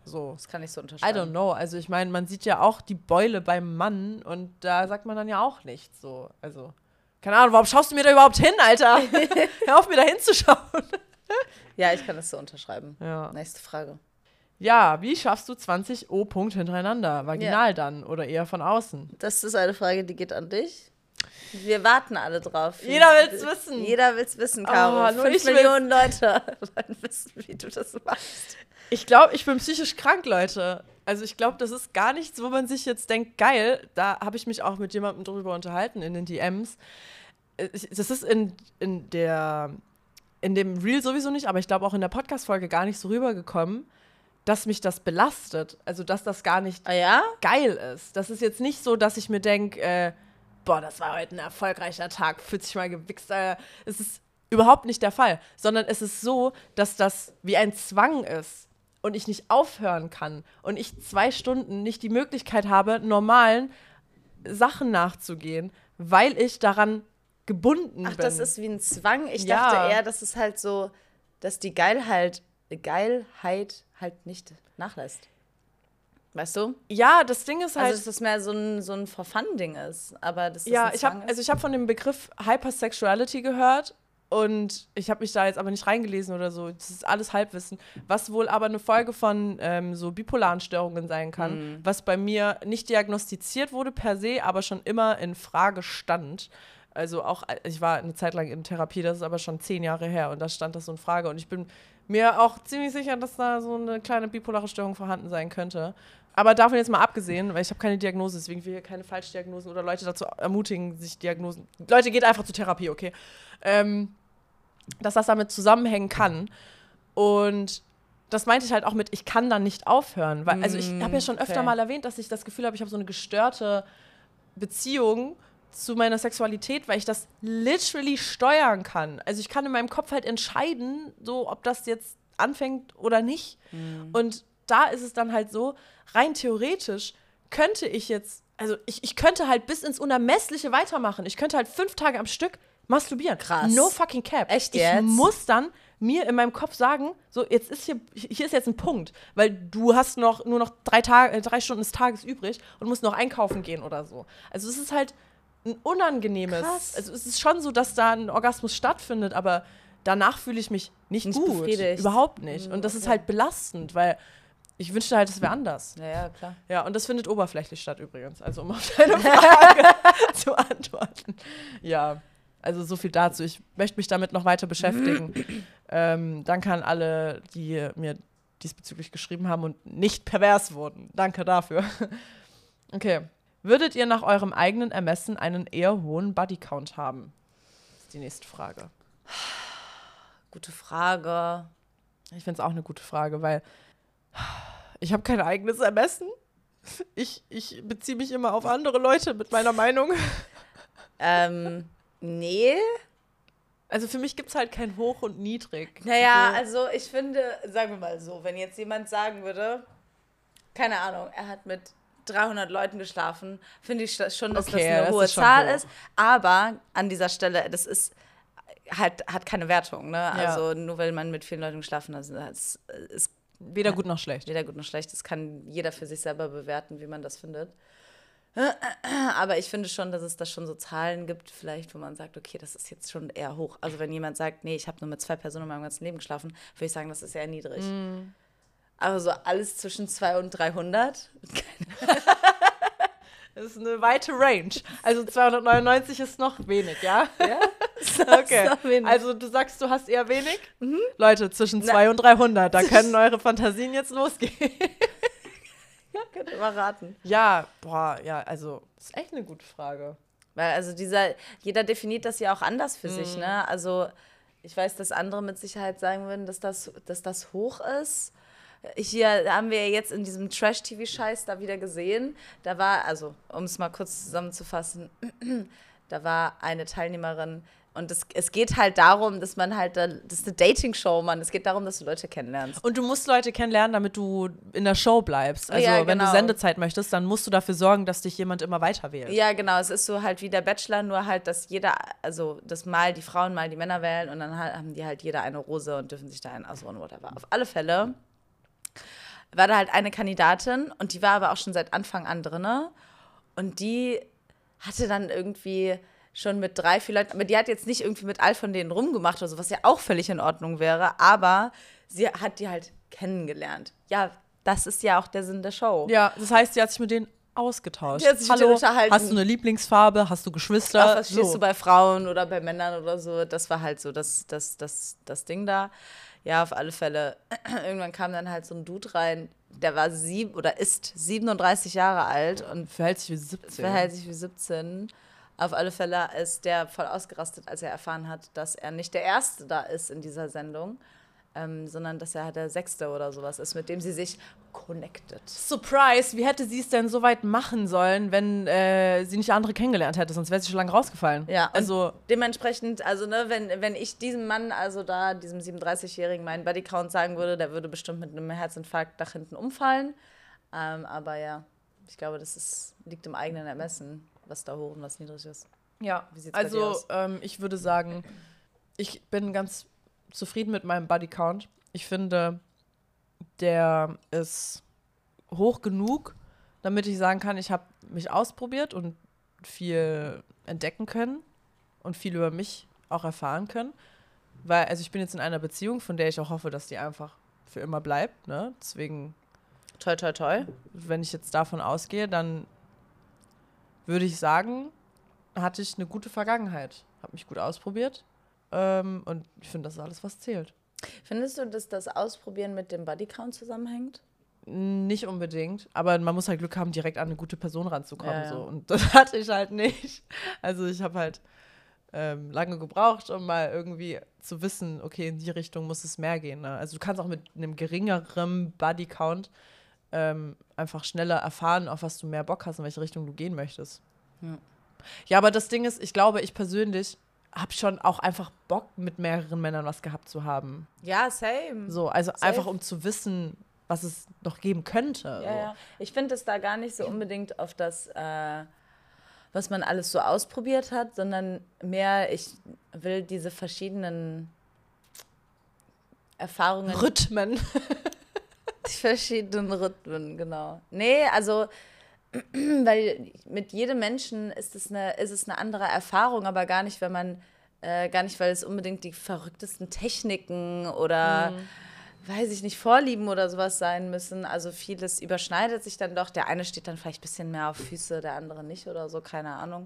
So. Das kann ich so unterschreiben. I don't know. Also ich meine, man sieht ja auch die Beule beim Mann und da sagt man dann ja auch nichts so. Also, keine Ahnung, warum schaust du mir da überhaupt hin, Alter? Hör auf, mir da hinzuschauen. Ja, ich kann das so unterschreiben. Ja. Nächste Frage. Ja, wie schaffst du zwanzig O-Punkt hintereinander? Vaginal Ja. dann oder eher von außen? Das ist eine Frage, die geht an dich. Wir warten alle drauf. Jeder will's wissen. Jeder will's wissen, Caro. Oh, nur Fünf ich will's. Millionen Leute wollen wissen, wie du das machst. Ich glaube, ich bin psychisch krank, Leute. Also ich glaube, das ist gar nichts, wo man sich jetzt denkt, geil, da habe ich mich auch mit jemandem drüber unterhalten in den D Ms. Ich- Das ist in, in der in dem Reel sowieso nicht, aber ich glaube auch in der Podcast-Folge gar nicht so rübergekommen, dass mich das belastet. Also dass das gar nicht Ah ja? geil ist. Das ist jetzt nicht so, dass ich mir denke, äh, boah, das war heute ein erfolgreicher Tag, fühlt sich mal gewichst. Äh, es ist überhaupt nicht der Fall, sondern es ist so, dass das wie ein Zwang ist und ich nicht aufhören kann und ich zwei Stunden nicht die Möglichkeit habe, normalen Sachen nachzugehen, weil ich daran gebunden Ach, bin. das ist wie ein Zwang. Ich Ja. dachte eher, das ist halt so, dass die Geilheit, Geilheit halt nicht nachlässt. Weißt du? ja, das Ding ist halt. Also, dass das mehr so ein, so ein For-Fun-Ding ist. Aber das ist Ja, ein ich Zwang habe ist. also ich habe von dem Begriff Hypersexuality gehört und ich habe mich da jetzt aber nicht reingelesen oder so. Das ist alles Halbwissen, was wohl aber eine Folge von ähm, so bipolaren Störungen sein kann, was bei mir nicht diagnostiziert wurde per se, aber schon immer in Frage stand. Also auch, ich war eine Zeit lang in Therapie, das ist aber schon zehn Jahre her und da stand das so in Frage und ich bin mir auch ziemlich sicher, dass da so eine kleine bipolare Störung vorhanden sein könnte. Aber davon jetzt mal abgesehen, weil ich habe keine Diagnose, deswegen will ich hier keine Falschdiagnosen oder Leute dazu ermutigen, sich Diagnosen. Leute, geht einfach zur Therapie, okay? Ähm, dass das damit zusammenhängen kann. Und das meinte ich halt auch mit, ich kann dann nicht aufhören. Weil, also ich habe ja schon öfter okay. mal erwähnt, dass ich das Gefühl habe, ich habe so eine gestörte Beziehung zu meiner Sexualität, weil ich das literally steuern kann. Also ich kann in meinem Kopf halt entscheiden, so ob das jetzt anfängt oder nicht. Und da ist es dann halt so, rein theoretisch könnte ich jetzt, also ich, ich könnte halt bis ins Unermessliche weitermachen. Ich könnte halt fünf Tage am Stück masturbieren. Krass. No fucking cap. Echt Ich jetzt? muss dann mir in meinem Kopf sagen, so jetzt ist hier, hier ist jetzt ein Punkt, weil du hast noch nur noch drei Tage, äh, drei Stunden des Tages übrig und musst noch einkaufen gehen oder so. Also es ist halt ein unangenehmes. Krass. Also es ist schon so, dass da ein Orgasmus stattfindet, aber danach fühle ich mich nicht, Nicht gut. befriedigt. Überhaupt nicht. Mhm, Und das ist okay. halt belastend, weil ich wünschte halt, es wäre anders. Ja, ja, klar. Ja, und das findet oberflächlich statt übrigens. Also um auf deine Frage zu antworten. Ja, also so viel dazu. Ich möchte mich damit noch weiter beschäftigen. ähm, danke an alle, die mir diesbezüglich geschrieben haben und nicht pervers wurden. Danke dafür. Okay. Würdet ihr nach eurem eigenen Ermessen einen eher hohen Bodycount haben? Das ist die nächste Frage. Gute Frage. Ich finde es auch eine gute Frage, weil ich habe kein eigenes Ermessen. Ich, ich beziehe mich immer auf andere Leute mit meiner Meinung. Ähm, nee. Also für mich gibt es halt kein Hoch und Niedrig. Naja, So. also ich finde, sagen wir mal so, wenn jetzt jemand sagen würde, keine Ahnung, er hat mit dreihundert Leuten geschlafen, finde ich das schon, dass Okay, das eine das hohe ist schon Zahl hoch. ist. Aber an dieser Stelle, das ist halt, hat keine Wertung, ne? Ja. Also nur weil man mit vielen Leuten geschlafen hat, das ist Weder gut noch schlecht. weder gut noch schlecht. Das kann jeder für sich selber bewerten, wie man das findet. Aber ich finde schon, dass es da schon so Zahlen gibt, vielleicht, wo man sagt, okay, das ist jetzt schon eher hoch. Also wenn jemand sagt, nee, ich habe nur mit zwei Personen in meinem ganzen Leben geschlafen, würde ich sagen, das ist eher niedrig. Mm. Aber so alles zwischen zweihundert und dreihundert? Das ist eine weite Range. Also zweihundertneunundneunzig ist noch wenig, ja? Ja? Okay. noch wenig. Also du sagst, du hast eher wenig? Leute, zwischen zweihundert und dreihundert, da können eure Fantasien jetzt losgehen. Könnt ihr mal raten. Ja, boah, ja, also, das ist echt eine gute Frage. Weil also dieser, jeder definiert das ja auch anders für Mhm. sich, ne? Also ich weiß, dass andere mit Sicherheit sagen würden, dass das, dass das hoch ist. Hier haben wir jetzt in diesem Trash-T V-Scheiß da wieder gesehen. Da war, also um es mal kurz zusammenzufassen, da war eine Teilnehmerin und es, es geht halt darum, dass man halt, da, das ist eine Dating-Show, Mann. Es geht darum, dass du Leute kennenlernst. Und du musst Leute kennenlernen, damit du in der Show bleibst. Also Ja, wenn du genau. Sendezeit möchtest, dann musst du dafür sorgen, dass dich jemand immer weiter wählt. Ja, genau. Es ist so halt wie der Bachelor, nur halt, dass jeder, also dass mal die Frauen, mal die Männer wählen und dann halt, haben die halt jeder eine Rose und dürfen sich da einen ausruhen, whatever. Auf alle Fälle war da halt eine Kandidatin und die war aber auch schon seit Anfang an drin. Und die hatte dann irgendwie schon mit drei, vier Leuten, aber die hat jetzt nicht irgendwie mit all von denen rumgemacht oder so, was ja auch völlig in Ordnung wäre, aber sie hat die halt kennengelernt. Ja, das ist ja auch der Sinn der Show. Ja, das heißt, sie hat sich mit denen ausgetauscht. Die hat sich mit Hallo, denen unterhalten. hast du eine Lieblingsfarbe? Hast du Geschwister? Auf was stehst so. du bei Frauen oder bei Männern oder so? Das war halt so das, das, das, das Ding da. Ja, auf alle Fälle. Irgendwann kam dann halt so ein Dude rein, der war sieben oder ist siebenunddreißig Jahre alt und Verhält sich wie siebzehn. verhält sich wie siebzehn. Auf alle Fälle ist der voll ausgerastet, als er erfahren hat, dass er nicht der Erste da ist in dieser Sendung, ähm, sondern dass er der Sechste oder sowas ist, mit dem sie sich connected. Surprise, wie hätte sie es denn so weit machen sollen, wenn äh, sie nicht andere kennengelernt hätte? Sonst wäre sie schon lange rausgefallen. Ja, also dementsprechend, also ne, wenn, wenn ich diesem Mann, also da, diesem siebenunddreißigjährigen, meinen Bodycount sagen würde, der würde bestimmt mit einem Herzinfarkt nach hinten umfallen. Ähm, aber ja, ich glaube, das ist, liegt im eigenen Ermessen, was da hoch und was niedrig ist. ja, Wie sieht's bei dir also aus? ähm, ich würde sagen, ich bin ganz zufrieden mit meinem Bodycount. Ich finde, der ist hoch genug, damit ich sagen kann, ich habe mich ausprobiert und viel entdecken können und viel über mich auch erfahren können. Weil, also ich bin jetzt in einer Beziehung, von der ich auch hoffe, dass die einfach für immer bleibt. Ne? Deswegen, Toi, toi, toi. wenn ich jetzt davon ausgehe, dann würde ich sagen, hatte ich eine gute Vergangenheit. Habe mich gut ausprobiert. Ähm, und ich finde, das ist alles, was zählt. Findest du, dass das Ausprobieren mit dem Bodycount zusammenhängt? Nicht unbedingt, aber man muss halt Glück haben, direkt an eine gute Person ranzukommen. Ja, ja. So. Und das hatte ich halt nicht. Also ich habe halt ähm, lange gebraucht, um mal irgendwie zu wissen, okay, in die Richtung muss es mehr gehen. Ne? Also du kannst auch mit einem geringeren Bodycount ähm, einfach schneller erfahren, auf was du mehr Bock hast, in welche Richtung du gehen möchtest. Ja. Ja, aber das Ding ist, ich glaube, ich persönlich habe schon auch einfach Bock, mit mehreren Männern was gehabt zu haben. Ja, same. So, also Safe. einfach um zu wissen, was es noch geben könnte. Ja, so. ja. Ich finde es da gar nicht so unbedingt auf das, äh, was man alles so ausprobiert hat, sondern mehr, ich will diese verschiedenen Erfahrungen. Rhythmen. Die verschiedenen Rhythmen, genau. Nee, also, weil mit jedem Menschen ist es eine, ist es eine andere Erfahrung, aber gar nicht, wenn man, äh, gar nicht, weil es unbedingt die verrücktesten Techniken oder, Mhm. weiß ich nicht, Vorlieben oder sowas sein müssen. Also vieles überschneidet sich dann doch. Der eine steht dann vielleicht ein bisschen mehr auf Füße, der andere nicht oder so, keine Ahnung.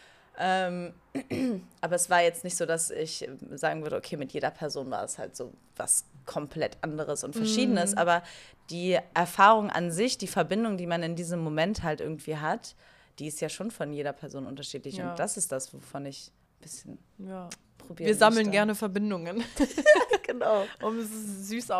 Ähm, aber es war jetzt nicht so, dass ich sagen würde, okay, mit jeder Person war es halt so was komplett anderes und Verschiedenes. Aber die Erfahrung an sich, die Verbindung, die man in diesem Moment halt irgendwie hat, die ist ja schon von jeder Person unterschiedlich. Ja. Und das ist das, wovon ich ein bisschen Ja. probieren Wir sammeln möchte. gerne Verbindungen, Genau. um es süß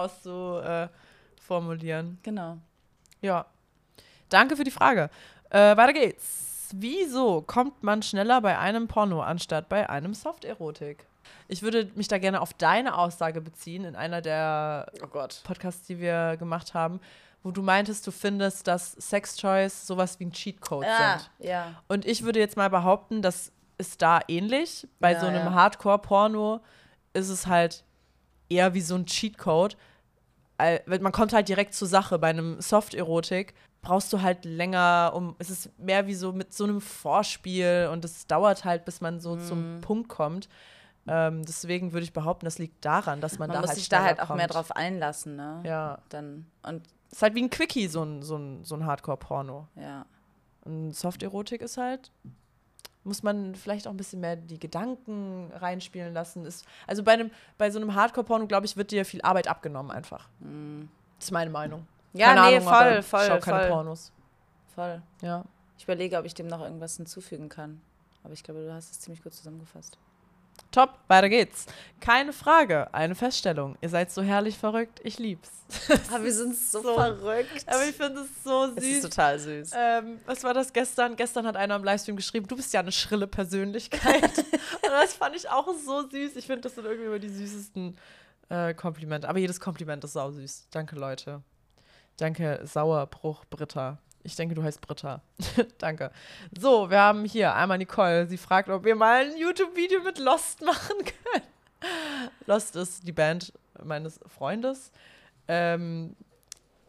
auszuformulieren. Genau. Ja. Danke für die Frage. Äh, weiter geht's. Wieso kommt man schneller bei einem Porno anstatt bei einem Soft-Erotik? Ich würde mich da gerne auf deine Aussage beziehen in einer der Oh Gott. Podcasts, die wir gemacht haben, wo du meintest, du findest, dass Sex-Toys sowas wie ein Cheatcode Ja, sind. ja. Und ich würde jetzt mal behaupten, das ist da ähnlich. Bei Ja, so einem ja. Hardcore-Porno ist es halt eher wie so ein Cheatcode. Weil man kommt halt direkt zur Sache. Bei einem Soft-Erotik brauchst du halt länger, um es ist mehr wie so mit so einem Vorspiel und es dauert halt, bis man so Mhm. zum Punkt kommt. Ähm, deswegen würde ich behaupten, das liegt daran, dass man, Man da muss halt sich da schneller halt auch kommt. mehr drauf einlassen, ne? Ja. Dann, und Es ist halt wie ein Quickie, so ein, so ein, so ein Hardcore-Porno. ja. Und Soft-Erotik ist halt, muss man vielleicht auch ein bisschen mehr die Gedanken reinspielen lassen. Ist, also bei, einem, bei so einem Hardcore-Porno, glaube ich, wird dir viel Arbeit abgenommen einfach. Das ist meine Meinung. Ja, Keine nee, Ahnung, voll, aber voll, Ich schau keine voll. Pornos. Voll. Ja. Ich überlege, ob ich dem noch irgendwas hinzufügen kann. Aber ich glaube, du hast es ziemlich gut zusammengefasst. Top, weiter geht's. Keine Frage, eine Feststellung. Ihr seid so herrlich verrückt, ich lieb's. Aber wir sind so, So- verrückt. Aber ich finde es so Es ist süß. total süß. Ähm, was war das gestern? Gestern hat einer im Livestream geschrieben, du bist ja eine schrille Persönlichkeit. Und das fand ich auch so süß. Ich finde, das sind irgendwie immer die süßesten äh, Komplimente. Aber jedes Kompliment ist sausüß. Danke, Leute. Danke, Sauerbruch, Britta. Ich denke, du heißt Britta. Danke. So, wir haben hier einmal Nicole. Sie fragt, ob wir mal ein YouTube-Video mit Lost machen können. Lost ist die Band meines Freundes. Ähm,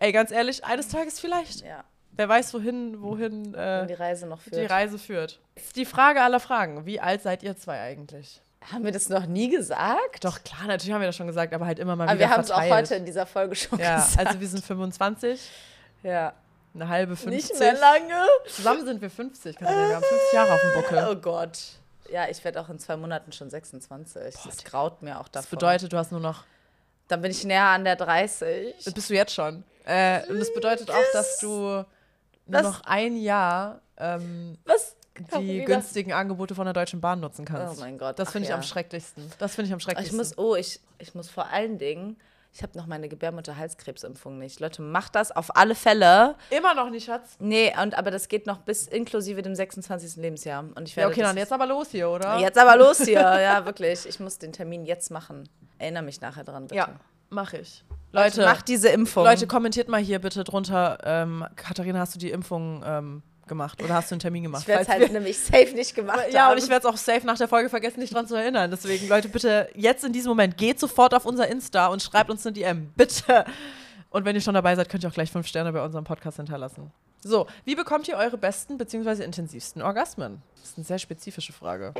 ey, ganz ehrlich, eines Tages vielleicht. Ja. Wer weiß, wohin, wohin äh, die Reise noch führt. Die Reise führt. Das ist die Frage aller Fragen. Wie alt seid ihr zwei eigentlich? Haben wir das noch nie gesagt? Doch, klar, natürlich haben wir das schon gesagt, aber halt immer mal aber wieder wir haben es auch verteilt. heute in dieser Folge schon Ja, gesagt. also wir sind fünfundzwanzig. Ja. Eine halbe fünfzig. Nicht mehr lange. Zusammen sind wir fünfzig. Katharina. Wir haben fünfzig Jahre auf dem Buckel. Oh Gott. Ja, ich werde auch in zwei Monaten schon sechsundzwanzig. Boah, das graut mir auch davon. Das bedeutet, du hast nur noch... Dann bin ich näher an der dreißig. Das bist du jetzt schon. Äh, und das bedeutet auch, dass du nur Was? noch ein Jahr ähm, Was? die günstigen Angebote von der Deutschen Bahn nutzen kannst. Oh mein Gott. Das finde ich ja. am schrecklichsten. Das finde ich am schrecklichsten. Ich muss, oh, ich, ich muss vor allen Dingen, ich habe noch meine Gebärmutter-Halskrebsimpfung nicht. Leute, macht das auf alle Fälle. Immer noch nicht, Schatz. Nee, und, aber das geht noch bis inklusive dem sechsundzwanzigsten Lebensjahr. Und ich Ja, werde okay, das, dann jetzt aber los hier, oder? Jetzt aber los hier. Ja, wirklich. Ich muss den Termin jetzt machen. Erinnere mich nachher dran, bitte. Ja, mache ich. Leute, Leute, macht diese Impfung. Leute, kommentiert mal hier bitte drunter, ähm, Katharina, hast du die Impfung ähm, gemacht oder hast du einen Termin gemacht? Ich werde es Falls halt wir- nämlich safe nicht gemacht Ja, haben. und ich werde es auch safe nach der Folge vergessen, dich dran zu erinnern. Deswegen, Leute, bitte jetzt in diesem Moment, geht sofort auf unser Insta und schreibt uns eine D M. Bitte. Und wenn ihr schon dabei seid, könnt ihr auch gleich fünf Sterne bei unserem Podcast hinterlassen. So, wie bekommt ihr eure besten bzw. intensivsten Orgasmen? Das ist eine sehr spezifische Frage.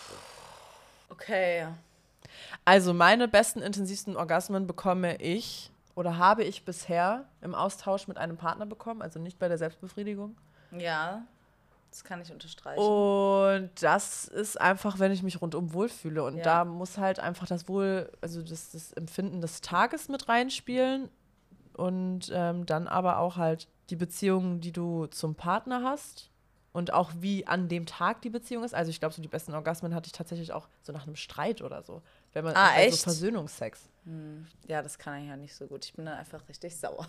Okay. Also, meine besten intensivsten Orgasmen bekomme ich oder habe ich bisher im Austausch mit einem Partner bekommen, also nicht bei der Selbstbefriedigung. Ja, das kann ich unterstreichen. Und das ist einfach, wenn ich mich rundum wohlfühle. Und Ja. da muss halt einfach das Wohl, also das, das Empfinden des Tages mit reinspielen. Und ähm, dann aber auch halt die Beziehung, die du zum Partner hast. Und auch wie an dem Tag die Beziehung ist. Also ich glaube, so die besten Orgasmen hatte ich tatsächlich auch so nach einem Streit oder so. Wenn man Ah, also echt? Versöhnungsex. Ja, das kann ich ja nicht so gut. Ich bin dann einfach richtig sauer.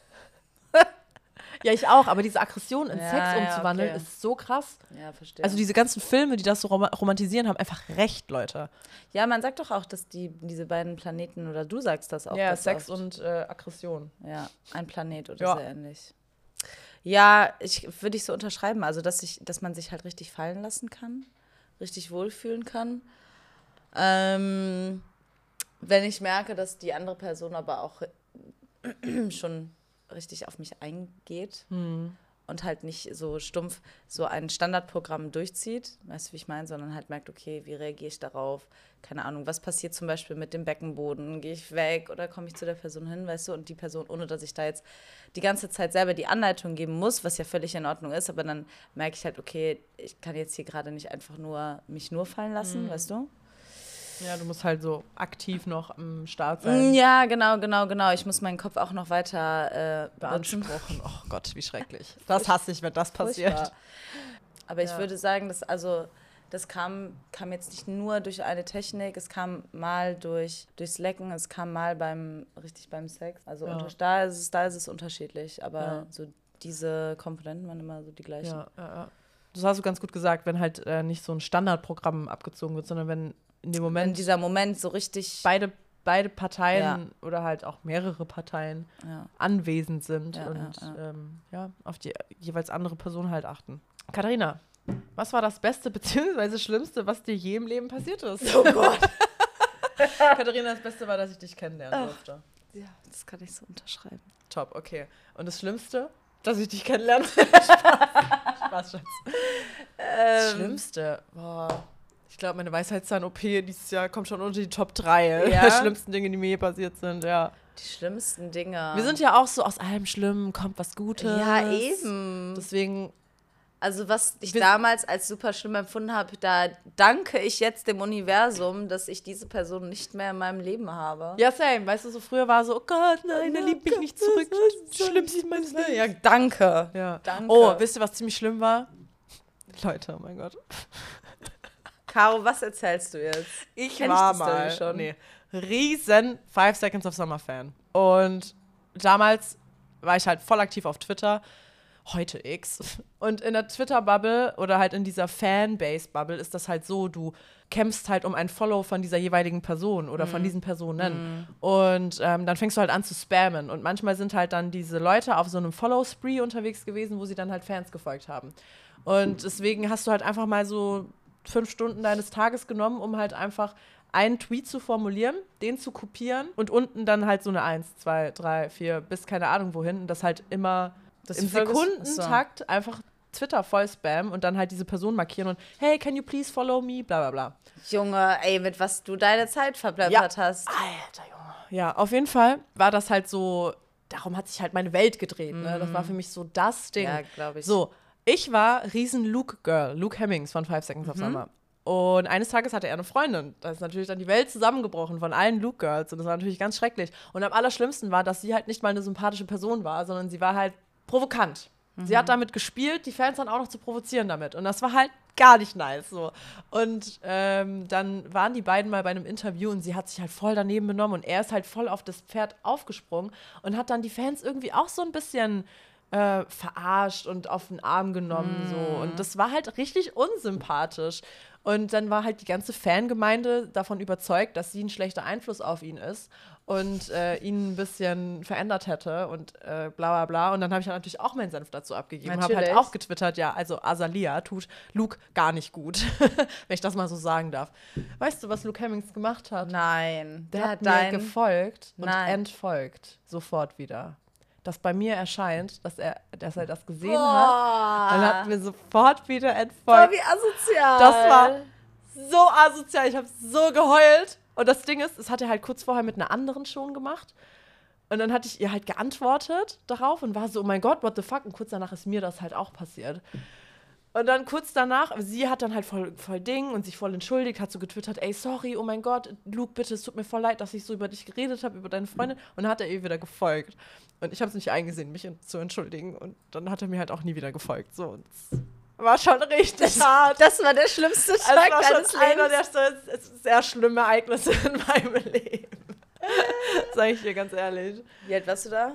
Ja, ich auch, aber diese Aggression in Ja, Sex ja, umzuwandeln okay. ist so krass. Ja, verstehe. Also diese ganzen Filme, die das so rom- romantisieren, haben einfach recht, Leute. ja, man sagt doch auch, dass die, diese beiden Planeten, oder du sagst das auch. Ja, ganz Sex oft. und äh, Aggression. Ja, ein Planet oder Ja. so ähnlich. Ja, ich würde ich so unterschreiben. Also, dass, ich, dass man sich halt richtig fallen lassen kann, richtig wohlfühlen kann. Ähm, wenn ich merke, dass die andere Person aber auch schon richtig auf mich eingeht und halt nicht so stumpf so ein Standardprogramm durchzieht, weißt du, wie ich meine, sondern halt merkt, okay, wie reagiere ich darauf? Keine Ahnung, was passiert zum Beispiel mit dem Beckenboden? Gehe ich weg oder komme ich zu der Person hin, weißt du? Und die Person, ohne dass ich da jetzt die ganze Zeit selber die Anleitung geben muss, was ja völlig in Ordnung ist, aber dann merke ich halt, okay, ich kann jetzt hier gerade nicht einfach nur mich nur fallen lassen, weißt du? Ja, du musst halt so aktiv noch am Start sein. Ja, genau, genau, genau. Ich muss meinen Kopf auch noch weiter äh, benutzen. Beanspruchen. Oh Gott, wie schrecklich. Das hasse ich, wenn das passiert. Furchtbar. Aber ich Ja. würde sagen, dass also das kam, kam jetzt nicht nur durch eine Technik, es kam mal durch durchs Lecken, es kam mal beim richtig beim Sex. Also Ja. unter, da ist es da ist es unterschiedlich, aber Ja. so diese Komponenten waren immer so die gleichen. Ja, ja, ja. Das hast du ganz gut gesagt, wenn halt äh, nicht so ein Standardprogramm abgezogen wird, sondern wenn in dem Wenn Moment dieser Moment so richtig beide, beide Parteien Ja. oder halt auch mehrere Parteien ja. anwesend sind Ja, und ja, ja, ähm, ja, auf die jeweils andere Person halt achten. Katharina, was war das Beste bzw. Schlimmste, was dir je im Leben passiert ist? Oh Gott. Katharina, das Beste war, dass ich dich kennenlernen durfte. Ja, das kann ich so unterschreiben. Top, okay. Und das Schlimmste, dass ich dich kennenlerne? Spaß, Spaß, Schatz. Das Schlimmste, boah. Ich glaube, meine Weisheitszahn-O P dieses Jahr kommt schon unter die Top drei Ja? der schlimmsten Dinge, die mir je passiert sind, ja. Die schlimmsten Dinge. Wir sind ja auch so, aus allem Schlimmen kommt was Gutes. ja eben. Deswegen, Also was ich Wir- damals als super schlimm empfunden habe, da danke ich jetzt dem Universum, dass ich diese Person nicht mehr in meinem Leben habe. ja, same. Weißt du, so früher war so, oh Gott, nein, er liebt mich nicht zurück. Das Schlimmste meines Lebens. Ja, danke. Ja. Danke. Oh, wisst ihr, was ziemlich schlimm war? Leute, oh mein Gott. Caro, was erzählst du jetzt? Ich Kenn war die Story mal schon? Nee, riesen Five Seconds of Summer Fan. Und damals war ich halt voll aktiv auf Twitter, heute X. Und in der Twitter-Bubble oder halt in dieser Fanbase-Bubble ist das halt so, du kämpfst halt um ein Follow von dieser jeweiligen Person oder von diesen Personen. Und ähm, dann fängst du halt an zu spammen. Und manchmal sind halt dann diese Leute auf so einem Follow-Spree unterwegs gewesen, wo sie dann halt Fans gefolgt haben. Und deswegen hast du halt einfach mal so fünf Stunden deines Tages genommen, um halt einfach einen Tweet zu formulieren, den zu kopieren und unten dann halt so eine eins, zwei, drei, vier bis keine Ahnung wohin und das halt immer Das im ist voll ges- Sekundentakt so. Einfach Twitter voll Spam und dann halt diese Person markieren und hey, can you please follow me, bla bla bla. Junge, ey, mit was du deine Zeit verplempert Ja. hast. Alter Junge. Ja, auf jeden Fall war das halt so, darum hat sich halt meine Welt gedreht. Ne? Das war für mich so das Ding. Ja, glaube ich. So, ich war riesen Luke-Girl, Luke Hemmings von Five Seconds of Summer. Und eines Tages hatte er eine Freundin. Da ist natürlich dann die Welt zusammengebrochen von allen Luke-Girls. Und das war natürlich ganz schrecklich. Und am allerschlimmsten war, dass sie halt nicht mal eine sympathische Person war, sondern sie war halt provokant. Mhm. Sie hat damit gespielt, die Fans dann auch noch zu provozieren damit. Und das war halt gar nicht nice. So. Und ähm, dann waren die beiden mal bei einem Interview und sie hat sich halt voll daneben benommen. Und er ist halt voll auf das Pferd aufgesprungen und hat dann die Fans irgendwie auch so ein bisschen Äh, verarscht und auf den Arm genommen. Mm. So. Und das war halt richtig unsympathisch. Und dann war halt die ganze Fangemeinde davon überzeugt, dass sie ein schlechter Einfluss auf ihn ist und äh, ihn ein bisschen verändert hätte und äh, bla bla bla. Und dann habe ich halt natürlich auch meinen Senf dazu abgegeben. Habe halt auch getwittert, ja, also Azalea tut Luke gar nicht gut, wenn ich das mal so sagen darf. Weißt du, was Luke Hemmings gemacht hat? Nein. Der, Der hat hat dein... mir gefolgt und Nein. entfolgt. Sofort wieder. Dass bei mir erscheint, dass er, dass er das gesehen Boah. hat und hat mir sofort wieder Boah, entfolgt. wie asozial. Das war so asozial. Ich habe so geheult. Und das Ding ist, das hat er halt kurz vorher mit einer anderen schon gemacht. Und dann hatte ich ihr halt geantwortet darauf und war so, oh mein Gott, what the fuck? Und kurz danach ist mir das halt auch passiert. Und dann kurz danach, sie hat dann halt voll, voll Ding und sich voll entschuldigt, hat so getwittert, ey, sorry, oh mein Gott, Luke, bitte, es tut mir voll leid, dass ich so über dich geredet habe, über deine Freundin. Und dann hat er ihr wieder gefolgt. Und ich habe es nicht eingesehen, mich zu entschuldigen. Und dann hat er mir halt auch nie wieder gefolgt. So, und es war schon richtig das, hart. Das war der schlimmste Tag also war deines schon einer Lebens. der sehr schlimmen Ereignisse in meinem Leben. Sag ich dir ganz ehrlich. Wie alt warst du da?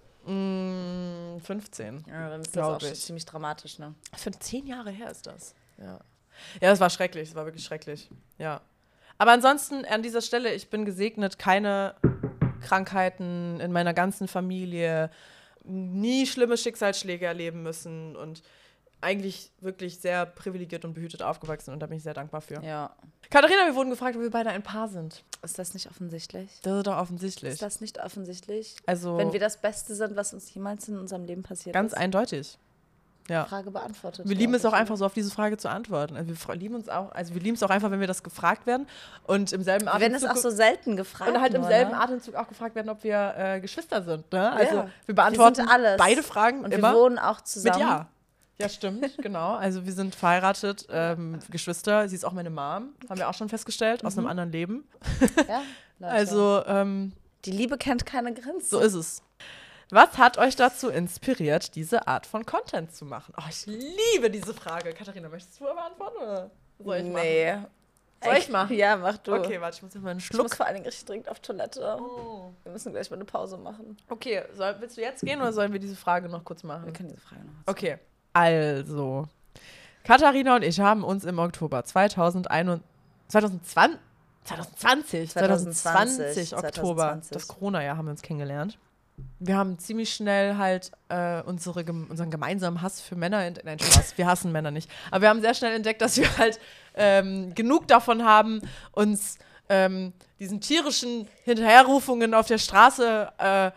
Mm, fünfzehn. Ja, dann ist das auch schon ziemlich dramatisch, ne? Für zehn Jahre her ist das. Ja. Ja, das war schrecklich. Das war wirklich schrecklich. Ja. Aber ansonsten an dieser Stelle, ich bin gesegnet, keine Krankheiten in meiner ganzen Familie, nie schlimme Schicksalsschläge erleben müssen und eigentlich wirklich sehr privilegiert und behütet aufgewachsen und da bin ich sehr dankbar für. Ja. Katharina, wir wurden gefragt, ob wir beide ein Paar sind. Ist das nicht offensichtlich? Das ist doch offensichtlich. Ist das nicht offensichtlich? Also, wenn wir das Beste sind, was uns jemals in unserem Leben passiert ganz ist? Ganz eindeutig. Ja. Frage beantwortet. Wir lieben es auch einfach so, auf diese Frage zu antworten. Also wir lieben uns auch, also wir lieben es auch einfach, wenn wir das gefragt werden und im selben Atemzug. Wenn es auch so selten gefragt und halt im nur, selben ne? Atemzug auch gefragt werden, ob wir äh, Geschwister sind. Ne? Also ja. wir beantworten wir sind alles. beide Fragen und immer. wir wohnen auch zusammen. Mit Ja. Ja, stimmt, genau. Also wir sind verheiratet, ähm, Geschwister. Sie ist auch meine Mom, haben wir auch schon festgestellt, aus Mhm. einem anderen Leben. Ja, Leute. Also ähm, die Liebe kennt keine Grenzen. so ist es. Was hat euch dazu inspiriert, diese Art von Content zu machen? Oh, ich liebe diese Frage. Katharina, möchtest du beantworten oder soll ich machen? Nee. Soll Echt? ich machen? Ja, mach du. Okay, warte, ich muss jetzt mal einen Ich Schluck. muss vor allen Dingen richtig dringend auf Toilette. Oh. Wir müssen gleich mal eine Pause machen. Okay, soll, willst du jetzt gehen oder sollen wir diese Frage noch kurz Wir machen? können diese Frage noch Okay, also. Katharina und ich haben uns im Oktober zweitausendeinundzwanzig, zweitausendzwanzig, zweitausendzwanzig, zweitausendzwanzig Oktober, zweitausendzwanzig. das Corona-Jahr, haben wir uns kennengelernt. Wir haben ziemlich schnell halt äh, unsere, unseren gemeinsamen Hass für Männer entdeckt. Nein, Spaß, wir hassen Männer nicht. Aber wir haben sehr schnell entdeckt, dass wir halt ähm, genug davon haben, uns ähm, diesen tierischen Hinterherrufungen auf der Straße äh,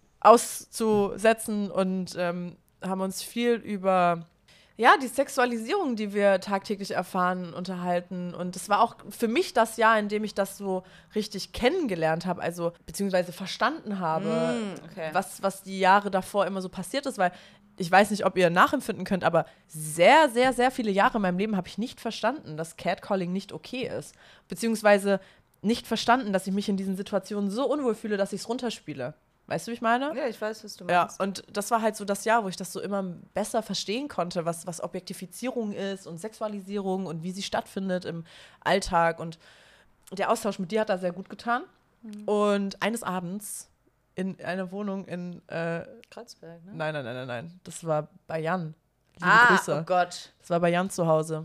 auszusetzen und ähm, haben uns viel über ja, die Sexualisierung, die wir tagtäglich erfahren, unterhalten. Und es war auch für mich das Jahr, in dem ich das so richtig kennengelernt habe, also beziehungsweise verstanden habe, Mm, okay. was, was die Jahre davor immer so passiert ist, weil ich weiß nicht, ob ihr nachempfinden könnt, aber sehr, sehr, sehr viele Jahre in meinem Leben habe ich nicht verstanden, dass Catcalling nicht okay ist. Beziehungsweise nicht verstanden, dass ich mich in diesen Situationen so unwohl fühle, dass ich es runterspiele. Weißt du, wie ich meine? Ja, ich weiß, was du Ja, meinst. und das war halt so das Jahr, wo ich das so immer besser verstehen konnte, was, was Objektifizierung ist und Sexualisierung und wie sie stattfindet im Alltag. Und der Austausch mit dir hat da sehr gut getan. Mhm. Und eines Abends in einer Wohnung in äh, Kreuzberg, ne? Nein, nein, nein, nein, nein. Das war bei Jan. Liebe ah, Grüße. oh Gott. Das war bei Jan zu Hause.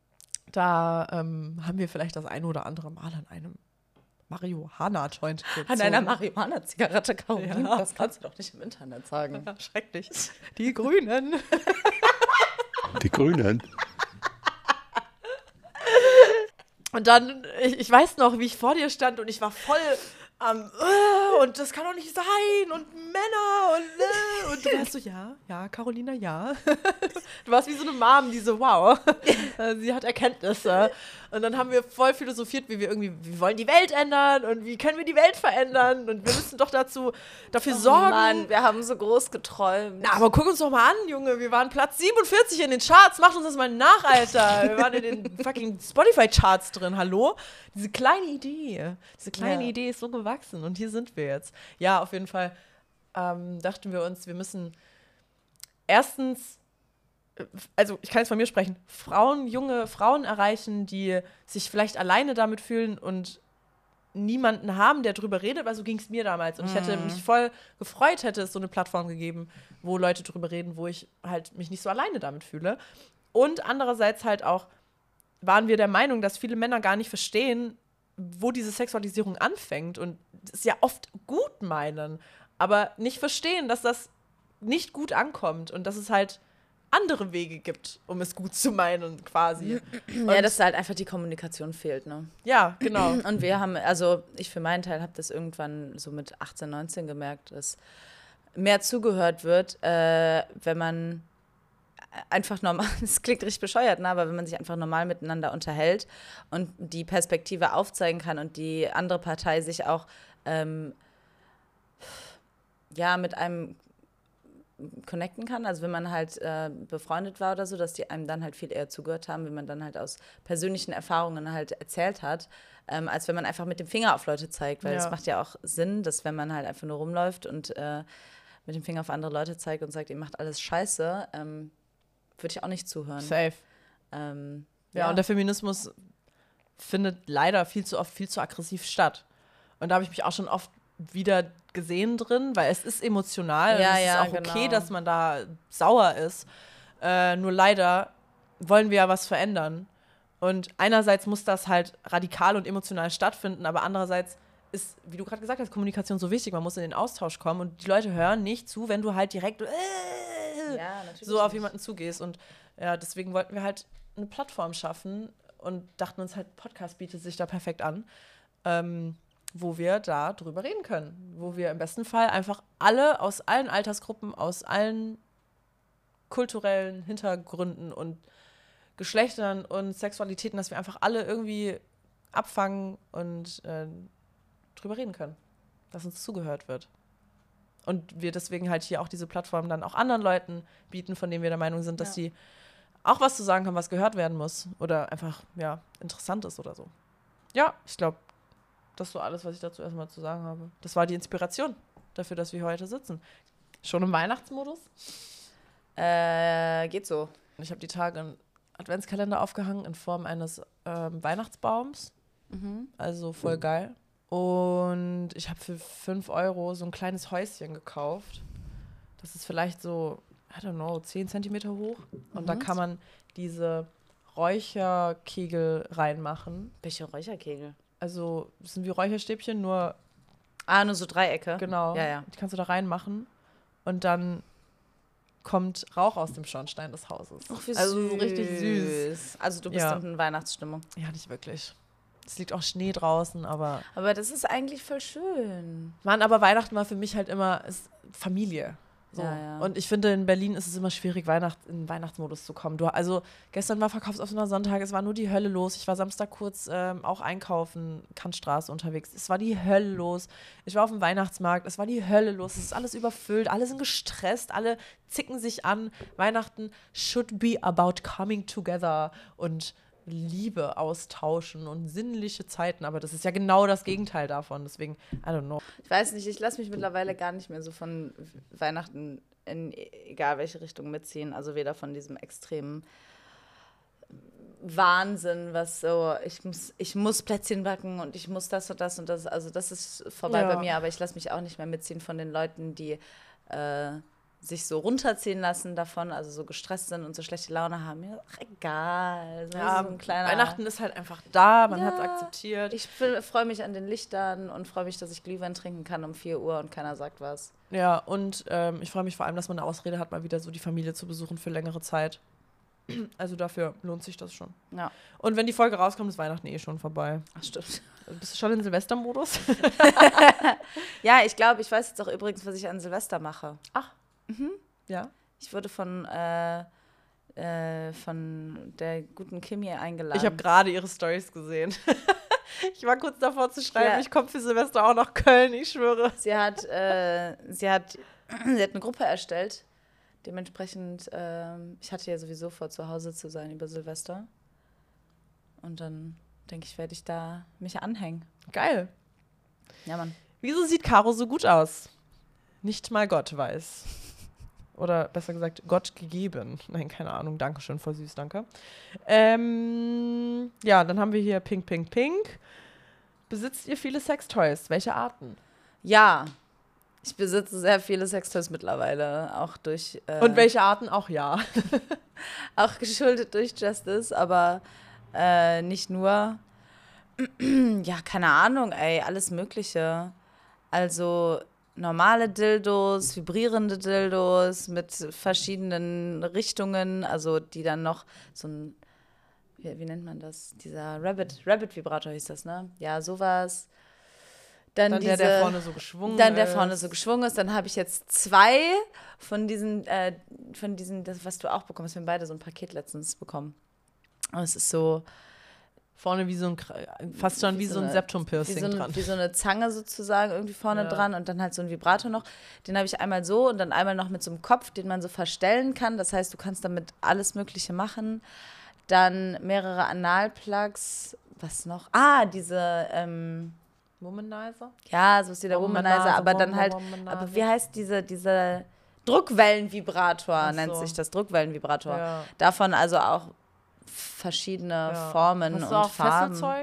Da ähm, haben wir vielleicht das ein oder andere Mal an einem Marihuana-Joint gezogen. An einer Marihuana-Zigarette, Caroline. Ja. Das kannst du doch nicht im Internet sagen. Ja, schrecklich. Die Grünen. Die Grünen. Und dann, ich, ich weiß noch, wie ich vor dir stand und ich war voll am, äh, und das kann doch nicht sein und Männer und, äh, und du warst so, ja, ja, Carolina, ja. Du warst wie so eine Mom, die so, wow, sie hat Erkenntnisse. Und dann haben wir voll philosophiert, wie wir irgendwie, wir wollen die Welt ändern und wie können wir die Welt verändern und wir müssen doch dazu, dafür oh sorgen. Mann, wir haben so groß geträumt. Na, aber guck uns doch mal an, Junge, wir waren Platz siebenundvierzig in den Charts, macht uns das mal nach, Alter. Wir waren in den fucking Spotify-Charts drin, hallo? Diese kleine Idee, diese kleine Ja. Idee ist so gewachsen und hier sind wir jetzt. Ja, auf jeden Fall ähm, dachten wir uns, wir müssen erstens, also ich kann jetzt von mir sprechen, Frauen, junge Frauen erreichen, die sich vielleicht alleine damit fühlen und niemanden haben, der drüber redet, weil so ging es mir damals. Und ich hätte mich voll gefreut, hätte es so eine Plattform gegeben, wo Leute drüber reden, wo ich halt mich nicht so alleine damit fühle. Und andererseits halt auch waren wir der Meinung, dass viele Männer gar nicht verstehen, wo diese Sexualisierung anfängt und es ja oft gut meinen, aber nicht verstehen, dass das nicht gut ankommt und dass es halt andere Wege gibt, um es gut zu meinen, quasi. Und Ja, dass da halt einfach die Kommunikation fehlt, ne? ja, genau. Und wir haben, also ich für meinen Teil habe das irgendwann so mit achtzehn, neunzehn gemerkt, dass mehr zugehört wird, äh, wenn man einfach normal, das klingt richtig bescheuert, ne? Aber wenn man sich einfach normal miteinander unterhält und die Perspektive aufzeigen kann und die andere Partei sich auch ähm, ja, mit einem connecten kann, also wenn man halt äh, befreundet war oder so, dass die einem dann halt viel eher zugehört haben, wenn man dann halt aus persönlichen Erfahrungen halt erzählt hat, ähm, als wenn man einfach mit dem Finger auf Leute zeigt, weil es Ja. macht ja auch Sinn, dass wenn man halt einfach nur rumläuft und äh, mit dem Finger auf andere Leute zeigt und sagt, ihr macht alles scheiße, ähm, würde ich auch nicht zuhören. Safe. Ähm, Ja, und der Feminismus findet leider viel zu oft viel zu aggressiv statt. Und da habe ich mich auch schon oft wieder gesehen drin, weil es ist emotional Ja, und es ja, ist auch okay, genau. dass man da sauer ist. Äh, nur leider wollen wir ja was verändern. Und einerseits muss das halt radikal und emotional stattfinden, aber andererseits ist, wie du gerade gesagt hast, Kommunikation so wichtig. Man muss in den Austausch kommen und die Leute hören nicht zu, wenn du halt direkt äh, Ja, natürlich so auf nicht. jemanden zugehst. Und ja, deswegen wollten wir halt eine Plattform schaffen und dachten uns halt, Podcast bietet sich da perfekt an, ähm, wo wir da drüber reden können. Wo wir im besten Fall einfach alle aus allen Altersgruppen, aus allen kulturellen Hintergründen und Geschlechtern und Sexualitäten, dass wir einfach alle irgendwie abfangen und äh, drüber reden können, dass uns zugehört wird. Und wir deswegen halt hier auch diese Plattform dann auch anderen Leuten bieten, von denen wir der Meinung sind, dass Ja. sie auch was zu sagen haben, was gehört werden muss oder einfach, ja, interessant ist oder so. Ja, ich glaube, das ist so alles, was ich dazu erstmal zu sagen habe. Das war die Inspiration dafür, dass wir heute sitzen. Schon im Weihnachtsmodus? Äh, geht so. Ich habe die Tage einen Adventskalender aufgehangen in Form eines ähm, Weihnachtsbaums. Also voll geil. Und ich habe für fünf Euro so ein kleines Häuschen gekauft. Das ist vielleicht so, I don't know, zehn Zentimeter hoch. Und da kann man diese Räucherkegel reinmachen. Welche Räucherkegel? Also das sind wie Räucherstäbchen, nur Ah, nur so Dreiecke? genau. Ja, ja. Die kannst du da reinmachen. Und dann kommt Rauch aus dem Schornstein des Hauses. Ach, wie also so richtig süß. Also du bist Ja. in Weihnachtsstimmung. Ja, nicht wirklich. Es liegt auch Schnee draußen, aber Aber das ist eigentlich voll schön. Mann, aber Weihnachten war für mich halt immer ist Familie. So. Ja, ja. Und ich finde, in Berlin ist es immer schwierig, Weihnacht, in den Weihnachtsmodus zu kommen. Du, also gestern war verkaufsoffener Sonntag, es war nur die Hölle los. Ich war Samstag kurz ähm, auch einkaufen, Kantstraße unterwegs. Es war die Hölle los. Ich war auf dem Weihnachtsmarkt, es war die Hölle los. Es ist alles überfüllt, alle sind gestresst, alle zicken sich an. Weihnachten should be about coming together und Liebe austauschen und sinnliche Zeiten. Aber das ist ja genau das Gegenteil davon. Deswegen, I don't know. Ich weiß nicht, ich lasse mich mittlerweile gar nicht mehr so von Weihnachten in egal welche Richtung mitziehen. Also weder von diesem extremen Wahnsinn, was so, ich muss, ich muss Plätzchen backen und ich muss das und das und das. Also das ist vorbei Ja. bei mir, aber ich lasse mich auch nicht mehr mitziehen von den Leuten, die äh, sich so runterziehen lassen davon, also so gestresst sind und so schlechte Laune haben. Ja, ach, egal. So, Ja, so ein kleiner, Weihnachten ist halt einfach da, man Ja. hat es akzeptiert. Ich freue mich an den Lichtern und freue mich, dass ich Glühwein trinken kann um vier Uhr und keiner sagt was. Ja, und ähm, ich freue mich vor allem, dass man eine Ausrede hat, mal wieder so die Familie zu besuchen für längere Zeit. Also dafür lohnt sich das schon. Ja. Und wenn die Folge rauskommt, ist Weihnachten eh schon vorbei. Ach, stimmt. Also bist du schon in Silvestermodus? Ja, ich glaube, ich weiß jetzt auch übrigens, was ich an Silvester mache. Ach. Mhm. Ja. Ich wurde von, äh, äh, von der guten Kimi eingeladen. Ich habe gerade ihre Stories gesehen. Ich war kurz davor zu schreiben, Ja. ich komme für Silvester auch nach Köln, ich schwöre. Sie hat, äh, sie hat, sie hat eine Gruppe erstellt. Dementsprechend, ähm, ich hatte ja sowieso vor, zu Hause zu sein über Silvester. Und dann denke ich, werde ich da mich anhängen. Geil. Ja, Mann. Wieso sieht Caro so gut aus? Nicht mal Gott weiß. Oder besser gesagt, Gott gegeben. Nein, keine Ahnung. Dankeschön, voll süß, danke. Ähm, ja, dann haben wir hier Pink, Pink, Pink. Besitzt ihr viele Sextoys? Welche Arten? Ja, ich besitze sehr viele Sextoys mittlerweile. Auch durch. Äh, Und welche Arten? Auch ja. Auch geschuldet durch Justice, aber äh, nicht nur. Ja, keine Ahnung, ey, alles Mögliche. Also normale Dildos, vibrierende Dildos mit verschiedenen Richtungen, also die dann noch so ein, wie, wie nennt man das? Dieser Rabbit, Rabbit-Vibrator hieß das, ne? Ja, sowas. Dann, Dann diese, der, der vorne so geschwungen Dann der ist. vorne so geschwungen ist. Dann habe ich jetzt zwei von diesen, äh, von diesen, das, was du auch bekommst. Wir haben beide so ein Paket letztens bekommen. Und es ist so, Vorne wie so ein, Kra- fast schon wie, Wie so so ein eine- Septum-Piercing wie so, eine, dran. wie so eine Zange sozusagen irgendwie vorne Ja. dran und dann halt so ein Vibrator noch. Den habe ich einmal so und dann einmal noch mit so einem Kopf, den man so verstellen kann. Das heißt, du kannst damit alles Mögliche machen. Dann mehrere Analplugs. Was noch? Ah, diese, ähm, Womanizer? ja, so ist die der Womanizer, Womanizer, aber dann halt, Womanizer. aber wie heißt diese, diese Druckwellenvibrator, Ach nennt so. sich das, Druckwellenvibrator. Ja. Davon also auch verschiedene Ja. Formen Hast und du auch Farben. Fesselzeug?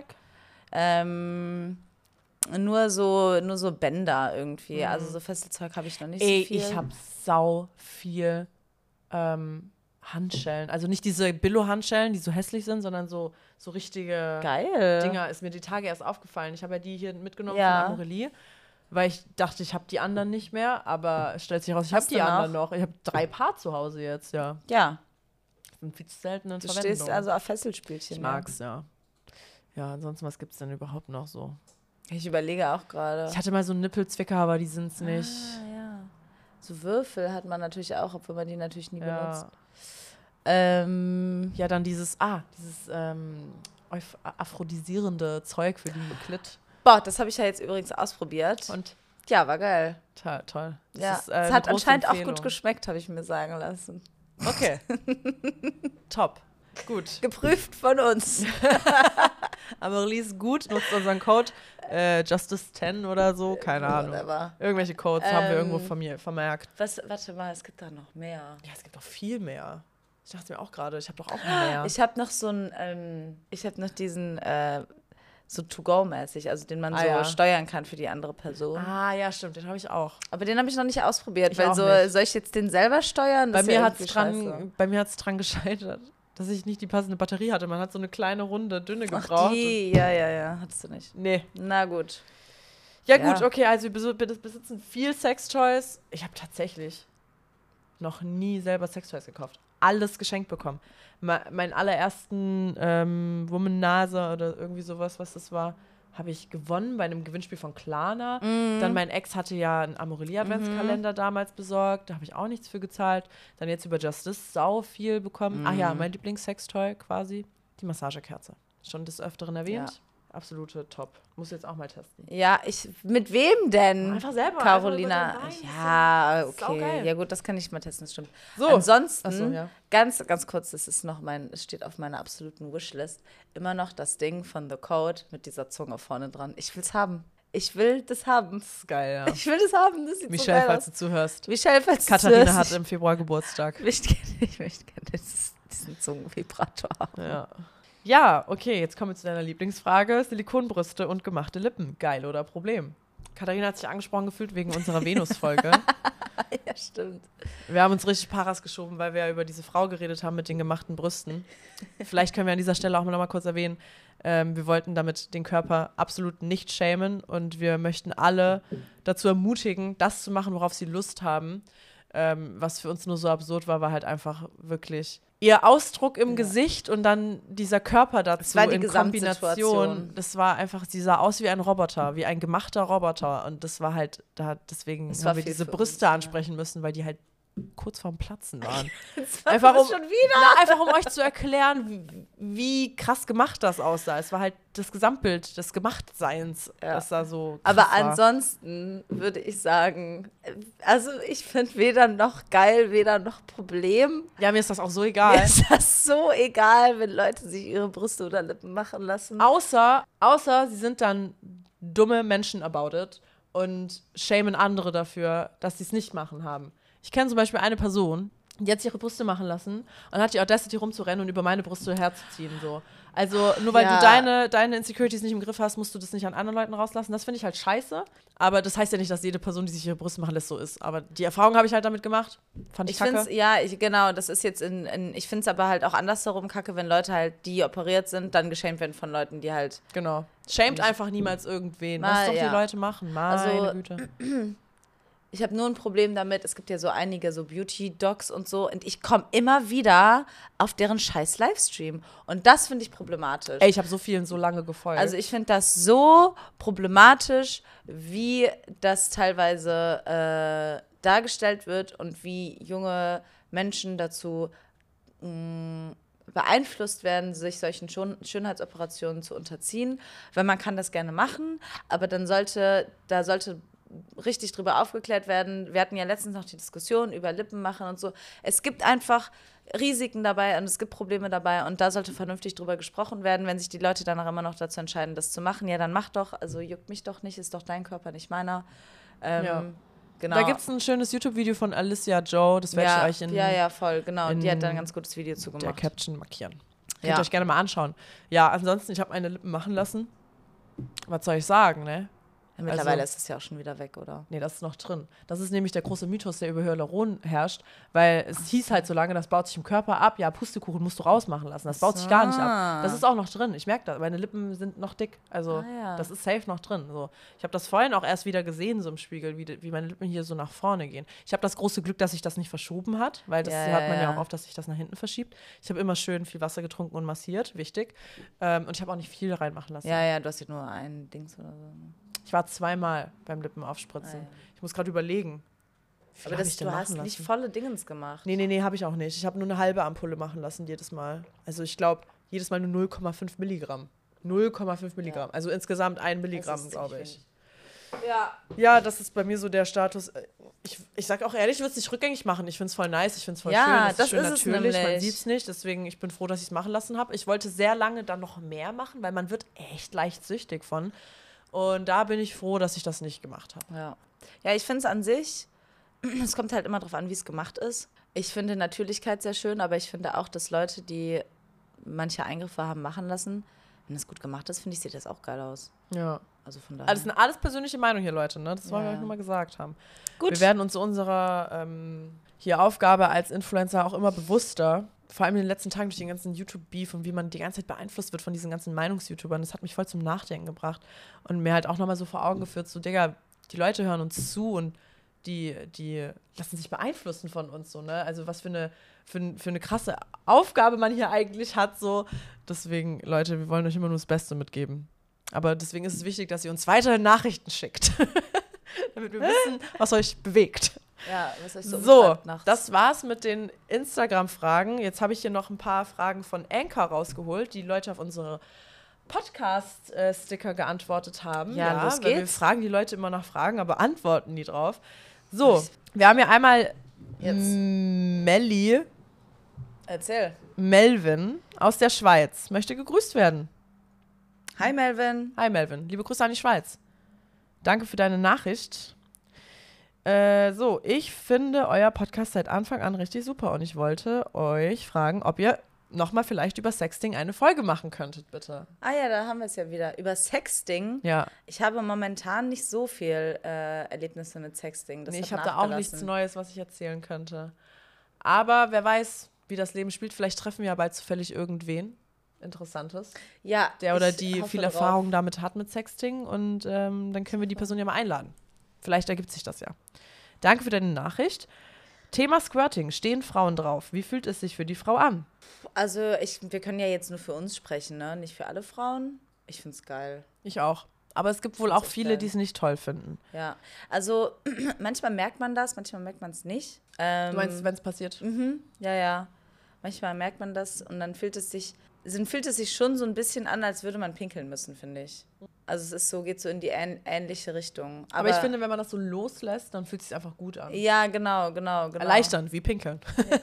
Ähm, nur so, nur so Bänder irgendwie. Mhm. Also so Fesselzeug habe ich noch nicht Ey, so viel. ich habe sau viel ähm, Handschellen. Also nicht diese Billo-Handschellen, die so hässlich sind, sondern so, so richtige Geil. Dinger. Ist mir die Tage erst aufgefallen. Ich habe ja die hier mitgenommen Ja. von Amorelie, weil ich dachte, ich habe die anderen nicht mehr. Aber es stellt sich raus, ich habe Hast die du noch? anderen noch. Ich habe drei Paar zu Hause jetzt, ja. Ja, Sind viel zu selten in du Verwendung. stehst also auf Fesselspielchen. ich mag's, ja. Ja, ansonsten, was gibt's denn überhaupt noch so? Ja. Ich überlege auch gerade. Ich hatte mal so einen Nippelzwicker, aber die sind's nicht. Ah, ja. So Würfel hat man natürlich auch, obwohl man die natürlich nie benutzt. Ja. Ähm, Ja, dann dieses, ah, dieses ähm, euph- aphrodisierende Zeug für die Klit. boah, das habe ich ja jetzt übrigens ausprobiert. Und ja, war geil. toll, toll. Das Ja, ist, äh, es eine hat große anscheinend auch Empfehlung. gut geschmeckt, habe ich mir sagen lassen. Okay. Top. Gut. Geprüft von uns. Amorelie ist gut, nutzt unseren Code äh, Justice zehn oder so, keine Ahnung. Whatever. Irgendwelche Codes haben wir Ähm, irgendwo von mir vermerkt. Was, warte mal, es gibt da noch mehr. Ja, es gibt doch viel mehr. Ich dachte mir auch gerade, ich habe doch auch mehr. Ich habe noch so einen, ähm, ich habe noch diesen, äh, so To-Go-mäßig, also den man Ah, so ja. steuern kann für die andere Person. ah, ja, stimmt, den habe ich auch. Aber den habe ich noch nicht ausprobiert, Ich weil auch so, nicht. soll ich jetzt den selber steuern? Bei Das ist mir ja hat es irgendwie dran, scheiße. bei mir hat's dran gescheitert, dass ich nicht die passende Batterie hatte. Man hat so eine kleine, runde, dünne Ach, gebraucht. die, ja, ja, ja, hattest du nicht. Nee. Na gut. Ja, Ja. gut, okay, also wir bes- wir besitzen viel Sextoys. Ich habe tatsächlich noch nie selber Sextoys gekauft. Alles geschenkt bekommen. Me meinen allerersten ähm, Womanizer oder irgendwie sowas, was das war, habe ich gewonnen bei einem Gewinnspiel von Klarna. Mhm. Dann mein Ex hatte ja einen Amorelie-Adventskalender damals besorgt. Da habe ich auch nichts für gezahlt. Dann jetzt über Justice sau viel bekommen. Ach ja, mein Lieblingssextoy quasi. Die Massagekerze. Schon des Öfteren erwähnt. Ja. Absolute Top. Muss jetzt auch mal testen. Ja, ich, mit wem denn? Einfach selber. Carolina. einfach über den Wein. Ja, Das ist okay. saugeil. Ja, gut, das kann ich mal testen, das stimmt. So. Ansonsten, Ach so, ja. ganz, ganz kurz, das ist noch mein, es steht auf meiner absoluten Wishlist, immer noch das Ding von The Code mit dieser Zunge vorne dran. Ich will's haben. Ich will das haben. Das ist geil, ja. Ich will das haben. Das sieht Michelle, so geil falls aus. du zuhörst. Michelle, falls du Katharina zuhörst, hat im Februar Geburtstag. Ich möchte gerne, ich möchte gerne dieses, diesen Zungenvibrator haben. Ja. Ja, okay, jetzt kommen wir zu deiner Lieblingsfrage. Silikonbrüste und gemachte Lippen. Geil oder Problem? Katharina hat sich angesprochen gefühlt wegen unserer Venus-Folge. Ja, stimmt. Wir haben uns richtig Paras geschoben, weil wir ja über diese Frau geredet haben mit den gemachten Brüsten. Vielleicht können wir an dieser Stelle auch mal noch mal kurz erwähnen, ähm, wir wollten damit den Körper absolut nicht schämen und wir möchten alle dazu ermutigen, das zu machen, worauf sie Lust haben. Ähm, was für uns nur so absurd war, war halt einfach wirklich ihr Ausdruck im ja. Gesicht und dann dieser Körper dazu das war die in Kombination. Das war einfach, sie sah aus wie ein Roboter, wie ein gemachter Roboter. Und das war halt, da deswegen das haben wir diese Brüste uns, ansprechen ja. müssen, weil die halt kurz vorm Platzen waren. war einfach, um, schon wieder. Na, einfach um euch zu erklären, wie, wie krass gemacht das aussah. Es war halt das Gesamtbild des Gemachtseins, ja. das da so krass Aber war. ansonsten würde ich sagen, also ich finde weder noch geil, weder noch Problem. Ja, mir ist das auch so egal. Mir ist das so egal, wenn Leute sich ihre Brüste oder Lippen machen lassen. Außer, außer sie sind dann dumme Menschen about it und shamen andere dafür, dass sie es nicht machen haben. Ich kenne zum Beispiel eine Person, die hat sich ihre Brüste machen lassen und hat die Audacity rumzurennen und über meine Brüste herzuziehen. So. Also nur weil ja. du deine, deine Insecurities nicht im Griff hast, musst du das nicht an anderen Leuten rauslassen. Das finde ich halt scheiße. Aber das heißt ja nicht, dass jede Person, die sich ihre Brüste machen lässt, so ist. Aber die Erfahrung habe ich halt damit gemacht. Fand ich, ich kacke. Ja, ich, genau. Das ist jetzt in, in ich finde es aber halt auch andersherum kacke, wenn Leute halt, die operiert sind, dann geschämt werden von Leuten, die halt Genau. Schämt einfach niemals irgendwen. Mal, Lass doch ja. die Leute machen. Meine also, Güte. Ich habe nur ein Problem damit, es gibt ja so einige so Beauty-Docs und so und ich komme immer wieder auf deren scheiß Livestream und das finde ich problematisch. Ey, ich habe so vielen so lange gefolgt. Also ich finde das so problematisch, wie das teilweise äh, dargestellt wird und wie junge Menschen dazu mh, beeinflusst werden, sich solchen Schön- Schönheitsoperationen zu unterziehen, weil man kann das gerne machen, aber dann sollte, da sollte richtig drüber aufgeklärt werden. Wir hatten ja letztens noch die Diskussion über Lippen machen und so. Es gibt einfach Risiken dabei und es gibt Probleme dabei und da sollte vernünftig drüber gesprochen werden. Wenn sich die Leute danach immer noch dazu entscheiden, das zu machen, ja, dann mach doch. Also juckt mich doch nicht, ist doch dein Körper, nicht meiner. Ähm, ja. Genau. Da gibt es ein schönes YouTube-Video von Alicia Joe, das werde ja, ich euch in Ja, ja, voll, genau. Die hat da ein ganz gutes Video zu gemacht. Der Caption markieren. Könnt ja. ihr euch gerne mal anschauen. Ja, ansonsten, ich habe meine Lippen machen lassen. Was soll ich sagen, ne? Ja, mittlerweile also, ist es ja auch schon wieder weg, oder? Nee, das ist noch drin. Das ist nämlich der große Mythos, der über Hyaluron herrscht, weil es Ach. hieß halt so lange, das baut sich im Körper ab. Ja, Pustekuchen musst du rausmachen lassen. Das baut so. sich gar nicht ab. Das ist auch noch drin. Ich merke das. Meine Lippen sind noch dick. Also, ah, ja. das ist safe noch drin. So. Ich habe das vorhin auch erst wieder gesehen, so im Spiegel, wie, wie meine Lippen hier so nach vorne gehen. Ich habe das große Glück, dass sich das nicht verschoben hat, weil das ja, hat man ja, ja auch oft, dass sich das nach hinten verschiebt. Ich habe immer schön viel Wasser getrunken und massiert. Wichtig. Ähm, und ich habe auch nicht viel reinmachen lassen. Ja, ja, du hast ja nur ein Dings oder so. Ich war zweimal beim Lippenaufspritzen. Nein. Ich muss gerade überlegen. Aber das, du hast lassen? nicht volle Dingens gemacht. Nee, nee, nee, habe ich auch nicht. Ich habe nur eine halbe Ampulle machen lassen jedes Mal. Also ich glaube, jedes Mal nur null Komma fünf Milligramm. null Komma fünf Milligramm. Ja. Also insgesamt ein Milligramm, glaube ich. Ja. Ja, das ist bei mir so der Status. Ich, ich sag auch ehrlich, ich würde es nicht rückgängig machen. Ich finde es voll nice, ich finde es voll ja, schön. Das, das ist schön ist natürlich, es man sieht es nicht. Deswegen, ich bin froh, dass ich es machen lassen habe. Ich wollte sehr lange dann noch mehr machen, weil man wird echt leicht süchtig von. Und da bin ich froh, dass ich das nicht gemacht habe. Ja, ja, ich finde es an sich, es kommt halt immer drauf an, wie es gemacht ist. Ich finde Natürlichkeit sehr schön, aber ich finde auch, dass Leute, die manche Eingriffe haben machen lassen, wenn es gut gemacht ist, finde ich, sieht das auch geil aus. Ja. Also von daher. Also das ist eine alles persönliche Meinung hier, Leute, ne? Das wollen ja. wir euch nur mal gesagt haben. Gut. Wir werden uns unserer ähm, hier Aufgabe als Influencer auch immer bewusster. Vor allem in den letzten Tagen durch den ganzen YouTube-Beef und wie man die ganze Zeit beeinflusst wird von diesen ganzen Meinungs-YouTubern. Das hat mich voll zum Nachdenken gebracht und mir halt auch nochmal so vor Augen geführt, so, Digga, die Leute hören uns zu und die, die lassen sich beeinflussen von uns, so, ne? Also was für eine, für, für eine krasse Aufgabe man hier eigentlich hat, so. Deswegen, Leute, wir wollen euch immer nur das Beste mitgeben. Aber deswegen ist es wichtig, dass ihr uns weiterhin Nachrichten schickt. Damit wir wissen, was euch bewegt. Ja, was euch so So, das war's mit den Instagram-Fragen. Jetzt habe ich hier noch ein paar Fragen von Anchor rausgeholt, die Leute auf unsere Podcast-Sticker geantwortet haben. Ja, ja los weil geht's. Wir fragen die Leute immer nach Fragen, aber antworten die drauf. So, wir haben hier einmal Melli. Erzähl. Melvin aus der Schweiz. Möchte gegrüßt werden. Hi Melvin. Hi Melvin. Liebe Grüße an die Schweiz. Danke für deine Nachricht. Äh, so, ich finde euer Podcast seit Anfang an richtig super und ich wollte euch fragen, ob ihr nochmal vielleicht über Sexting eine Folge machen könntet, bitte. Ah ja, da haben wir es ja wieder. Über Sexting. Ja. Ich habe momentan nicht so viel äh, Erlebnisse mit Sexting. Das nee, hat ich habe da auch nichts Neues, was ich erzählen könnte. Aber wer weiß, wie das Leben spielt. Vielleicht treffen wir ja bald zufällig irgendwen Interessantes. Ja. Der oder die viel drauf. Erfahrung damit hat mit Sexting und ähm, dann können wir die Person ja mal einladen. Vielleicht ergibt sich das ja. Danke für deine Nachricht. Thema Squirting. Stehen Frauen drauf? Wie fühlt es sich für die Frau an? Also ich, wir können ja jetzt nur für uns sprechen, ne? Nicht für alle Frauen. Ich find's geil. Ich auch. Aber es gibt wohl auch viele, die es nicht toll finden. Ja, also manchmal merkt man das, manchmal merkt man es nicht. Ähm, Du meinst, wenn es passiert? Mhm, ja, ja. Manchmal merkt man das und dann fühlt es sich, dann fühlt es sich schon so ein bisschen an, als würde man pinkeln müssen, finde ich. Also es ist so, geht so in die ähn ähnliche Richtung. Aber, Aber ich finde, wenn man das so loslässt, dann fühlt es sich einfach gut an. Ja, genau, genau, genau. Erleichternd, wie pinkeln.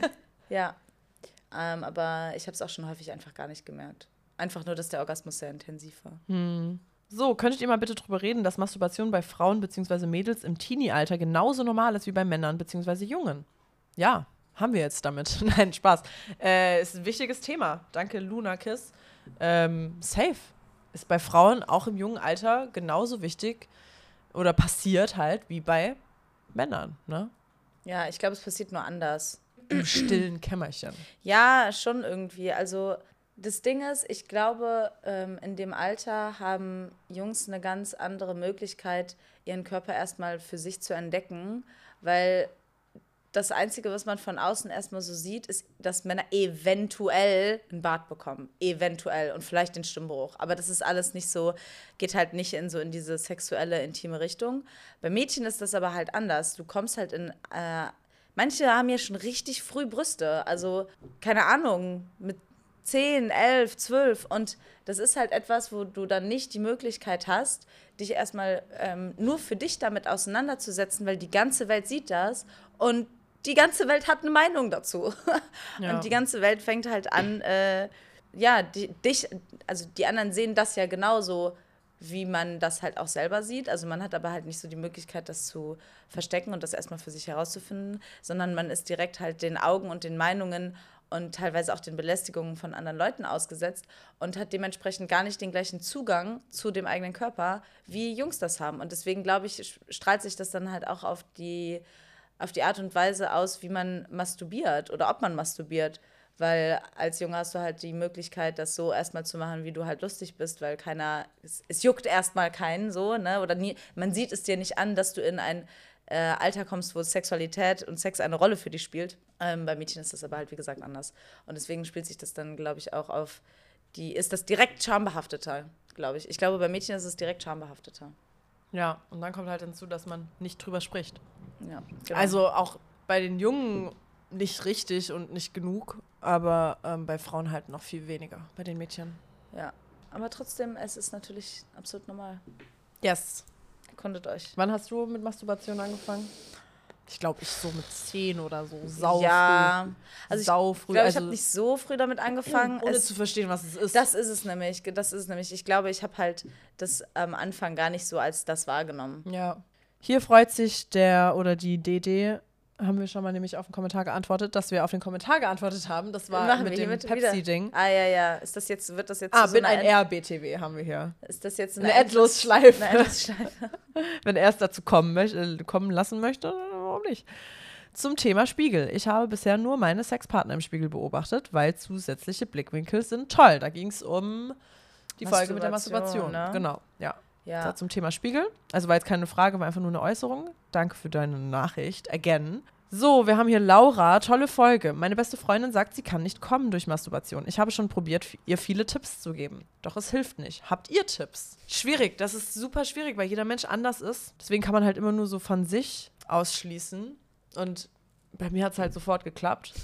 Ja, ähm, aber ich habe es auch schon häufig einfach gar nicht gemerkt. Einfach nur, dass der Orgasmus sehr intensiv war. Hm. So, könntet ihr mal bitte drüber reden, dass Masturbation bei Frauen bzw. Mädels im Teenie-Alter genauso normal ist wie bei Männern bzw. Jungen? Ja, haben wir jetzt damit. Nein, Spaß. Äh, ist ein wichtiges Thema. Danke, Luna Kiss. Ähm, safe. Ist bei Frauen auch im jungen Alter genauso wichtig oder passiert halt wie bei Männern, ne? Ja, ich glaube, es passiert nur anders. Im stillen Kämmerchen. Ja, schon irgendwie. Also das Ding ist, ich glaube, ähm, in dem Alter haben Jungs eine ganz andere Möglichkeit, ihren Körper erstmal für sich zu entdecken, weil das Einzige, was man von außen erstmal so sieht, ist, dass Männer eventuell einen Bart bekommen. Eventuell. Und vielleicht den Stimmbruch. Aber das ist alles nicht so, geht halt nicht in so in diese sexuelle, intime Richtung. Bei Mädchen ist das aber halt anders. Du kommst halt in, äh, manche haben ja schon richtig früh Brüste. Also, keine Ahnung, mit zehn, elf, zwölf. Und das ist halt etwas, wo du dann nicht die Möglichkeit hast, dich erstmal ähm, nur für dich damit auseinanderzusetzen, weil die ganze Welt sieht das und die ganze Welt hat eine Meinung dazu. Ja. Und die ganze Welt fängt halt an, äh, ja, die, dich, also die anderen sehen das ja genauso, wie man das halt auch selber sieht. Also man hat aber halt nicht so die Möglichkeit, das zu verstecken und das erstmal für sich herauszufinden, sondern man ist direkt halt den Augen und den Meinungen und teilweise auch den Belästigungen von anderen Leuten ausgesetzt und hat dementsprechend gar nicht den gleichen Zugang zu dem eigenen Körper, wie Jungs das haben. Und deswegen, glaube ich, strahlt sich das dann halt auch auf die, auf die Art und Weise aus, wie man masturbiert oder ob man masturbiert. Weil als Junge hast du halt die Möglichkeit, das so erstmal zu machen, wie du halt lustig bist, weil keiner, es, es juckt erstmal keinen so, ne? Oder nie, man sieht es dir nicht an, dass du in ein äh, Alter kommst, wo Sexualität und Sex eine Rolle für dich spielt. Ähm, bei Mädchen ist das aber halt, wie gesagt, anders. Und deswegen spielt sich das dann, glaube ich, auch auf die, ist das direkt schambehafteter, glaube ich. Ich glaube, bei Mädchen ist es direkt schambehafteter. Ja, und dann kommt halt hinzu, dass man nicht drüber spricht. Ja, genau. Also auch bei den Jungen nicht richtig und nicht genug, aber ähm, bei Frauen halt noch viel weniger, bei den Mädchen. Ja, aber trotzdem, es ist natürlich absolut normal. Yes. Erkundet euch. Wann hast du mit Masturbation angefangen? Ich glaube, ich so mit zehn oder so. Sau Ja, früh. also ich Sau Ich früh. glaube, ich also, habe nicht so früh damit angefangen. ohne es, zu verstehen, was es ist. Das ist es nämlich. Das ist es nämlich. Ich glaube, ich habe halt das am Anfang gar nicht so als das wahrgenommen. Ja. Hier freut sich der oder die D D, haben wir schon mal nämlich auf den Kommentar geantwortet, dass wir auf den Kommentar geantwortet haben. Das war Machen mit wir dem hiermit Pepsi-Ding. Ah, ja, ja. Ist das jetzt, wird das jetzt Ah, zu so bin einer ein End- R B T W haben wir hier. Ist das jetzt Eine Endlosschleife. Eine Endlosschleife. Wenn er es dazu kommen, möchte, kommen lassen möchte, warum nicht? Zum Thema Spiegel. Ich habe bisher nur meine Sexpartner im Spiegel beobachtet, weil zusätzliche Blickwinkel sind toll. Da ging es um die Folge mit der Masturbation. Ne? Genau, ja. Ja. Da zum Thema Spiegel. Also war jetzt keine Frage, war einfach nur eine Äußerung. Danke für deine Nachricht. Again. So, wir haben hier Laura. Tolle Folge. Meine beste Freundin sagt, sie kann nicht kommen durch Masturbation. Ich habe schon probiert, ihr viele Tipps zu geben. Doch es hilft nicht. Habt ihr Tipps? Schwierig. Das ist super schwierig, weil jeder Mensch anders ist. Deswegen kann man halt immer nur so von sich ausschließen. Und bei mir hat es halt sofort geklappt.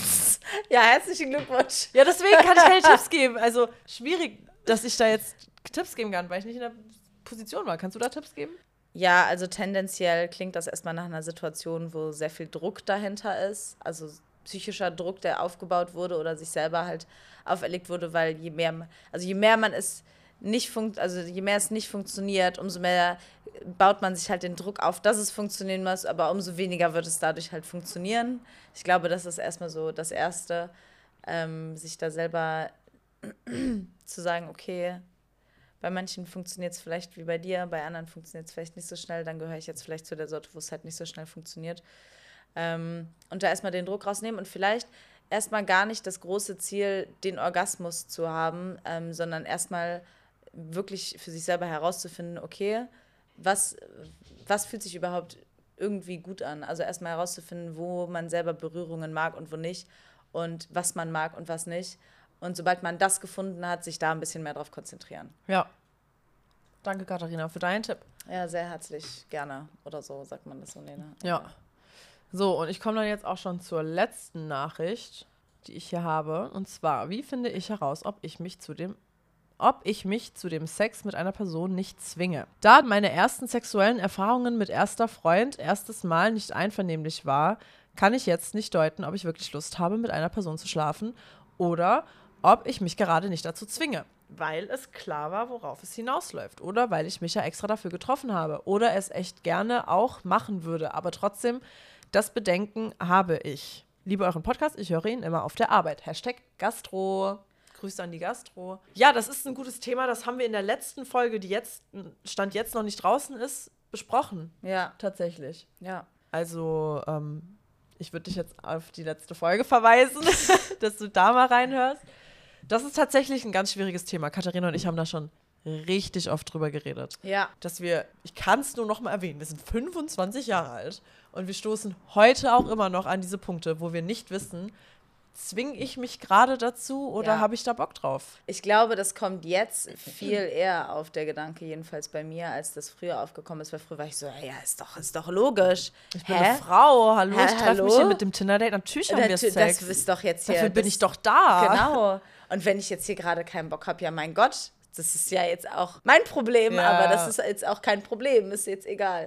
Ja, herzlichen Glückwunsch. Ja, deswegen kann ich keine Tipps geben. Also schwierig, dass ich da jetzt Tipps geben kann, weil ich nicht in der Position war. Kannst du da Tipps geben? Ja, also tendenziell klingt das erstmal nach einer Situation, wo sehr viel Druck dahinter ist. Also psychischer Druck, der aufgebaut wurde oder sich selber halt auferlegt wurde, weil je mehr, also je mehr man es nicht funkt, also je mehr es nicht funktioniert, umso mehr baut man sich halt den Druck auf, dass es funktionieren muss, aber umso weniger wird es dadurch halt funktionieren. Ich glaube, das ist erstmal so das Erste, ähm, sich da selber zu sagen, okay, bei manchen funktioniert es vielleicht wie bei dir, bei anderen funktioniert es vielleicht nicht so schnell, dann gehöre ich jetzt vielleicht zu der Sorte, wo es halt nicht so schnell funktioniert. Ähm, und da erstmal den Druck rausnehmen und vielleicht erstmal gar nicht das große Ziel, den Orgasmus zu haben, ähm, sondern erstmal wirklich für sich selber herauszufinden, okay, was, was fühlt sich überhaupt irgendwie gut an. Also erstmal herauszufinden, wo man selber Berührungen mag und wo nicht und was man mag und was nicht. Und sobald man das gefunden hat, sich da ein bisschen mehr drauf konzentrieren. Ja. Danke, Katharina, für deinen Tipp. Ja, sehr herzlich gerne. Oder so sagt man das so, ne? Ja. So, und ich komme dann jetzt auch schon zur letzten Nachricht, die ich hier habe. Und zwar, wie finde ich heraus, ob ich mich zu dem ob ich mich zu dem Sex mit einer Person nicht zwinge. Da meine ersten sexuellen Erfahrungen mit erster Freund erstes Mal nicht einvernehmlich war, kann ich jetzt nicht deuten, ob ich wirklich Lust habe, mit einer Person zu schlafen oder ob ich mich gerade nicht dazu zwinge, weil es klar war, worauf es hinausläuft oder weil ich mich ja extra dafür getroffen habe oder es echt gerne auch machen würde, aber trotzdem, das Bedenken habe ich. Liebe euren Podcast, ich höre ihn immer auf der Arbeit. Hashtag Gastro. Grüße an die Gastro. Ja, das ist ein gutes Thema. Das haben wir in der letzten Folge, die jetzt Stand jetzt noch nicht draußen ist, besprochen. Ja. Tatsächlich. Ja. Also, ähm, ich würde dich jetzt auf die letzte Folge verweisen, dass du da mal reinhörst. Das ist tatsächlich ein ganz schwieriges Thema. Katharina und ich haben da schon richtig oft drüber geredet. Ja. Dass wir, ich kann es nur noch mal erwähnen, wir sind fünfundzwanzig Jahre alt und wir stoßen heute auch immer noch an diese Punkte, wo wir nicht wissen, zwinge ich mich gerade dazu oder ja. habe ich da Bock drauf? Ich glaube, das kommt jetzt viel eher auf, der Gedanke, jedenfalls bei mir, als das früher aufgekommen ist. Weil früher war ich so, ja, ist doch, ist doch logisch. Ich bin Hä? eine Frau, hallo, Hä, ich treffe mich hier mit dem Tinder-Date. Natürlich haben wir Natu- Sex. Das ist doch jetzt hier. Dafür bin das, ich doch da. Genau. Und wenn ich jetzt hier gerade keinen Bock habe, ja, mein Gott, das ist ja jetzt auch mein Problem, Ja. aber das ist jetzt auch kein Problem, ist jetzt egal.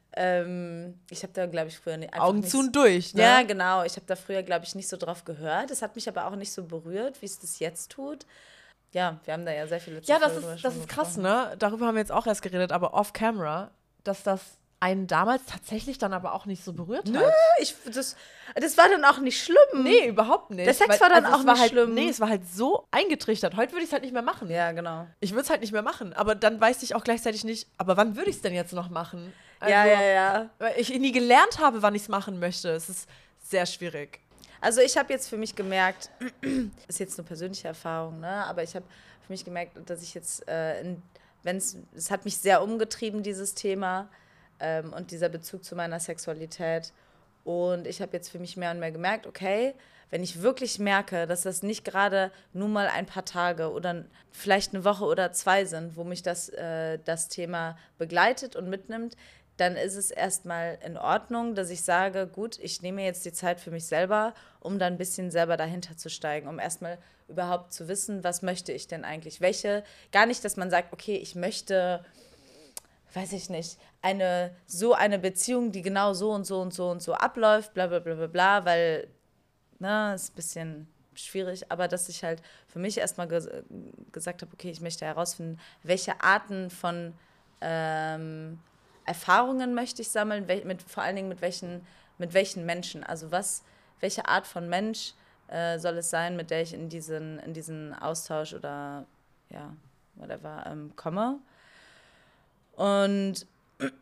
Ähm, ich habe da, glaube ich, früher nicht, einfach Augen nicht zu und durch, ne? Ja, genau. Ich habe da früher, glaube ich, nicht so drauf gehört. Es hat mich aber auch nicht so berührt, wie es das jetzt tut. Ja, wir haben da ja sehr viele Ja, das Folge drüber ist, das schon ist krass, gesprochen. ne? Darüber haben wir jetzt auch erst geredet, aber off-camera, dass das einen damals tatsächlich dann aber auch nicht so berührt Nö, hat. ich, das, das war dann auch nicht schlimm. Nee, überhaupt nicht. Der Sex Weil, war dann also auch es war nicht halt, schlimm. Nee, es war halt so eingetrichtert. Heute würde ich es halt nicht mehr machen. Ja, genau. Ich würde es halt nicht mehr machen. Aber dann weiß ich auch gleichzeitig nicht, aber wann würde ich es denn jetzt noch machen? Also, ja, ja, ja. Weil ich nie gelernt habe, wann ich es machen möchte. Es ist sehr schwierig. Also ich habe jetzt für mich gemerkt, ist jetzt eine persönliche Erfahrung, ne? Aber ich habe für mich gemerkt, dass ich jetzt, äh, wenn es, es hat mich sehr umgetrieben, dieses Thema ähm, und dieser Bezug zu meiner Sexualität. Und ich habe jetzt für mich mehr und mehr gemerkt, okay, wenn ich wirklich merke, dass das nicht gerade nur mal ein paar Tage oder vielleicht eine Woche oder zwei sind, wo mich das, äh, das Thema begleitet und mitnimmt, dann ist es erstmal in Ordnung, dass ich sage, gut, ich nehme jetzt die Zeit für mich selber, um dann ein bisschen selber dahinter zu steigen, um erstmal überhaupt zu wissen, was möchte ich denn eigentlich, welche, gar nicht, dass man sagt, okay, ich möchte, weiß ich nicht, eine, so eine Beziehung, die genau so und so und so und so abläuft, bla bla bla bla bla, weil, ne, ist ein bisschen schwierig, aber dass ich halt für mich erstmal ges- gesagt habe, okay, ich möchte herausfinden, welche Arten von ähm, Erfahrungen möchte ich sammeln, wel- mit, vor allen Dingen mit welchen, mit welchen Menschen, also was, welche Art von Mensch äh, soll es sein, mit der ich in diesen, in diesen Austausch oder ja, whatever, ähm, komme. Und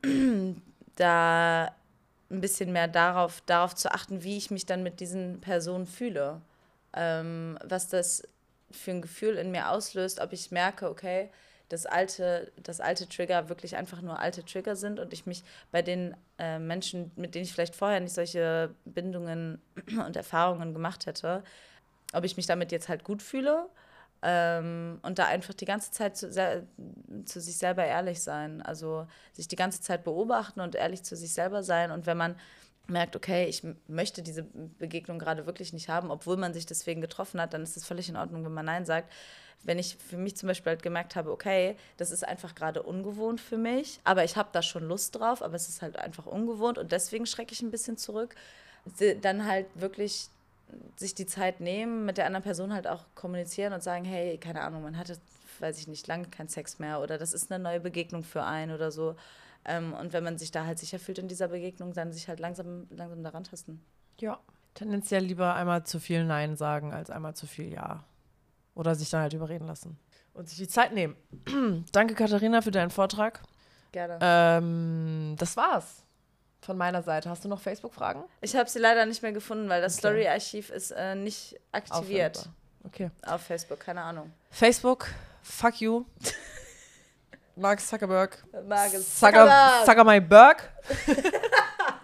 da ein bisschen mehr darauf, darauf zu achten, wie ich mich dann mit diesen Personen fühle. Ähm, was das für ein Gefühl in mir auslöst, ob ich merke, okay, das alte, das alte Trigger wirklich einfach nur alte Trigger sind und ich mich bei den äh, Menschen, mit denen ich vielleicht vorher nicht solche Bindungen und Erfahrungen gemacht hätte, ob ich mich damit jetzt halt gut fühle ähm, und da einfach die ganze Zeit zu, se- zu sich selber ehrlich sein. Also sich die ganze Zeit beobachten und ehrlich zu sich selber sein. Und wenn man merkt, okay, ich m- möchte diese Begegnung gerade wirklich nicht haben, obwohl man sich deswegen getroffen hat, dann ist es völlig in Ordnung, wenn man Nein sagt. Wenn ich für mich zum Beispiel halt gemerkt habe, okay, das ist einfach gerade ungewohnt für mich, aber ich habe da schon Lust drauf, aber es ist halt einfach ungewohnt und deswegen schrecke ich ein bisschen zurück, dann halt wirklich sich die Zeit nehmen, mit der anderen Person halt auch kommunizieren und sagen, hey, keine Ahnung, man hatte, weiß ich nicht, lange keinen Sex mehr oder das ist eine neue Begegnung für einen oder so. Und wenn man sich da halt sicher fühlt in dieser Begegnung, dann sich halt langsam, langsam daran tasten. Ja. Tendenziell lieber einmal zu viel Nein sagen, als einmal zu viel Ja. Oder sich dann halt überreden lassen. Und sich die Zeit nehmen. Danke, Katharina, für deinen Vortrag. Gerne. Ähm, das war's von meiner Seite. Hast du noch Facebook-Fragen? Ich habe sie leider nicht mehr gefunden, weil das Okay. Story-Archiv ist äh, nicht aktiviert. Auffindbar. Okay. Auf Facebook, keine Ahnung. Facebook, fuck you. Mark Zuckerberg. Mark Zucker, Zucker my Berg.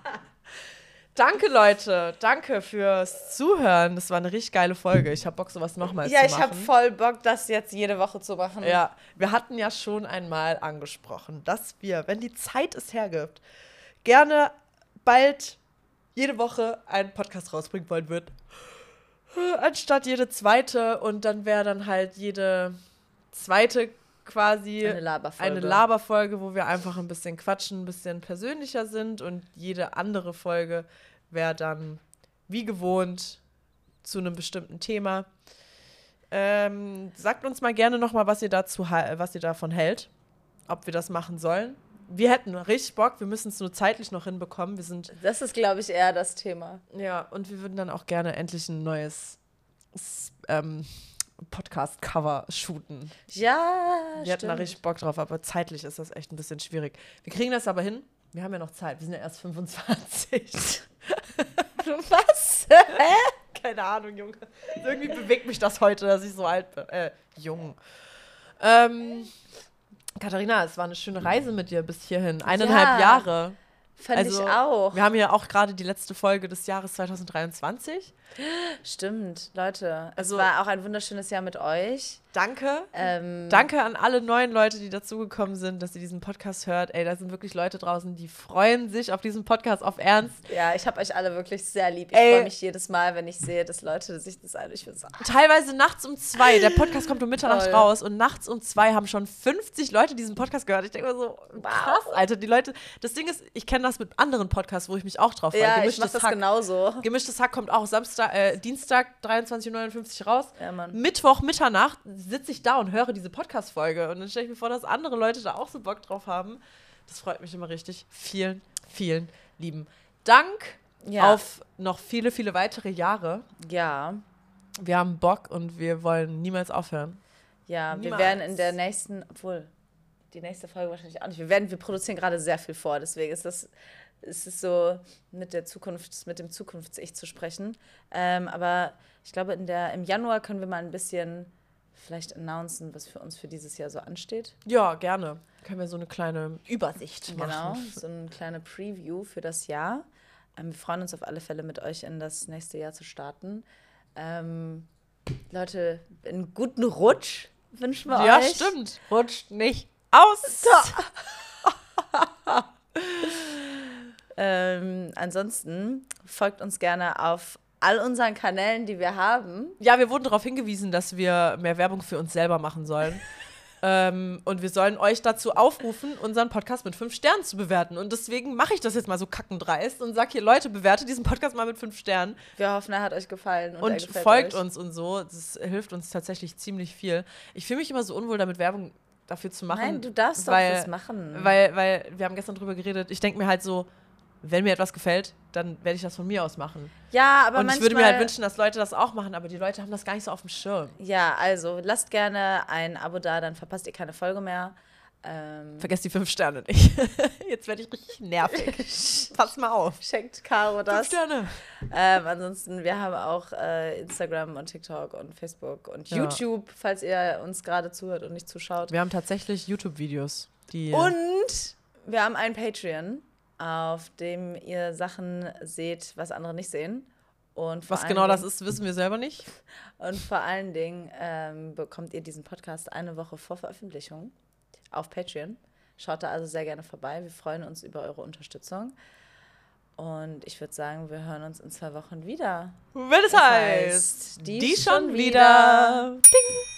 Danke, Leute. Danke fürs Zuhören. Das war eine richtig geile Folge. Ich habe Bock, sowas nochmals Ja, zu ich machen. habe voll Bock, das jetzt jede Woche zu machen. Ja, wir hatten ja schon einmal angesprochen, dass wir, wenn die Zeit es hergibt, gerne bald jede Woche einen Podcast rausbringen wollen würden. Anstatt jede zweite. Und dann wäre dann halt jede zweite quasi Eine Laberfolge. eine Laberfolge, wo wir einfach ein bisschen quatschen, ein bisschen persönlicher sind. Und jede andere Folge wäre dann wie gewohnt zu einem bestimmten Thema. Ähm, sagt uns mal gerne nochmal, was ihr dazu, was ihr davon hält, ob wir das machen sollen. Wir hätten richtig Bock, wir müssen es nur zeitlich noch hinbekommen. Wir sind Das ist, glaube ich, eher das Thema. ja, und wir würden dann auch gerne endlich ein neues ähm, Podcast-Cover shooten. Ja, Wir hatten da stimmt. richtig Bock drauf, aber zeitlich ist das echt ein bisschen schwierig. Wir kriegen das aber hin. Wir haben ja noch Zeit. Wir sind ja erst fünfundzwanzig. Was? Hä? Keine Ahnung, Junge. Irgendwie bewegt mich das heute, dass ich so alt bin. Äh, jung. Ähm, Katharina, es war eine schöne Reise mit dir bis hierhin. Eineinhalb Ja. Jahre. Fand Also, ich auch. Wir haben ja auch gerade die letzte Folge des Jahres zwanzig dreiundzwanzig. Stimmt, Leute. Also- es war auch ein wunderschönes Jahr mit euch. Danke. Ähm, Danke an alle neuen Leute, die dazugekommen sind, dass ihr diesen Podcast hört. Ey, da sind wirklich Leute draußen, die freuen sich auf diesen Podcast auf Ernst. Ja, ich habe euch alle wirklich sehr lieb. Ich Ey. freue mich jedes Mal, wenn ich sehe, dass Leute sich das an. Ich finde so, Teilweise nachts um zwei. Der Podcast kommt um Mitternacht Toll. raus und nachts um zwei haben schon fünfzig Leute diesen Podcast gehört. Ich denke mir so, krass, Alter. Die Leute, das Ding ist, ich kenne das mit anderen Podcasts, wo ich mich auch drauf freue. ja, ich mach das Hack. genauso. Gemischtes Hack kommt auch Samstag, äh, Dienstag, dreiundzwanzig Uhr neunundfünfzig raus. Ja, Mann. Mittwoch, Mitternacht sitze ich da und höre diese Podcast-Folge. Und dann stelle ich mir vor, dass andere Leute da auch so Bock drauf haben. Das freut mich immer richtig. Vielen, vielen lieben Dank Ja. auf noch viele, viele weitere Jahre. Ja, Wir haben Bock und wir wollen niemals aufhören. ja, wir Niemals. werden in der nächsten, obwohl, die nächste Folge wahrscheinlich auch nicht. Wir werden, wir produzieren gerade sehr viel vor, deswegen ist das, ist es so mit der Zukunft, mit dem Zukunfts-Ich zu sprechen. Ähm, aber ich glaube, in der, im Januar können wir mal ein bisschen vielleicht announcen, was für uns für dieses Jahr so ansteht. Ja, gerne. Können wir so eine kleine Übersicht machen. Genau, so eine kleine Preview für das Jahr. Ähm, wir freuen uns auf alle Fälle, mit euch in das nächste Jahr zu starten. Ähm, Leute, einen guten Rutsch wünschen wir Ja, euch. stimmt. Rutscht nicht aus. Ähm, ansonsten folgt uns gerne auf all unseren Kanälen, die wir haben. Ja, wir wurden darauf hingewiesen, dass wir mehr Werbung für uns selber machen sollen. ähm, und wir sollen euch dazu aufrufen, unseren Podcast mit fünf Sternen zu bewerten. Und deswegen mache ich das jetzt mal so kackendreist und sag hier, Leute, bewertet diesen Podcast mal mit fünf Sternen. Wir hoffen, er hat euch gefallen und, er Und gefällt folgt euch. uns und so. Das hilft uns tatsächlich ziemlich viel. Ich fühle mich immer so unwohl damit, Werbung dafür zu machen. Nein, du darfst weil, doch das machen. Weil, weil wir haben gestern drüber geredet. Ich denke mir halt so, wenn mir etwas gefällt, dann werde ich das von mir aus machen. ja, aber und ich manchmal, würde mir halt wünschen, dass Leute das auch machen, aber die Leute haben das gar nicht so auf dem Schirm. Ja, also lasst gerne ein Abo da, dann verpasst ihr keine Folge mehr. Ähm, Vergesst die fünf Sterne nicht. Jetzt werde ich richtig nervig. Pass mal auf. Schenkt Caro Fünf das. Sterne. Ähm, ansonsten, wir haben auch äh, Instagram und TikTok und Facebook und Ja. YouTube, falls ihr uns gerade zuhört und nicht zuschaut. Wir haben tatsächlich YouTube-Videos, die. Und wir haben einen Patreon, auf dem ihr Sachen seht, was andere nicht sehen. Und vor was allen genau das Dingen- ist, wissen wir selber nicht. Und vor allen Dingen ähm, bekommt ihr diesen Podcast eine Woche vor Veröffentlichung auf Patreon. Schaut da also sehr gerne vorbei. Wir freuen uns über eure Unterstützung. Und ich würde sagen, wir hören uns in zwei Wochen wieder. Wenn es Das heißt, heißt, die, schon wieder. Ding.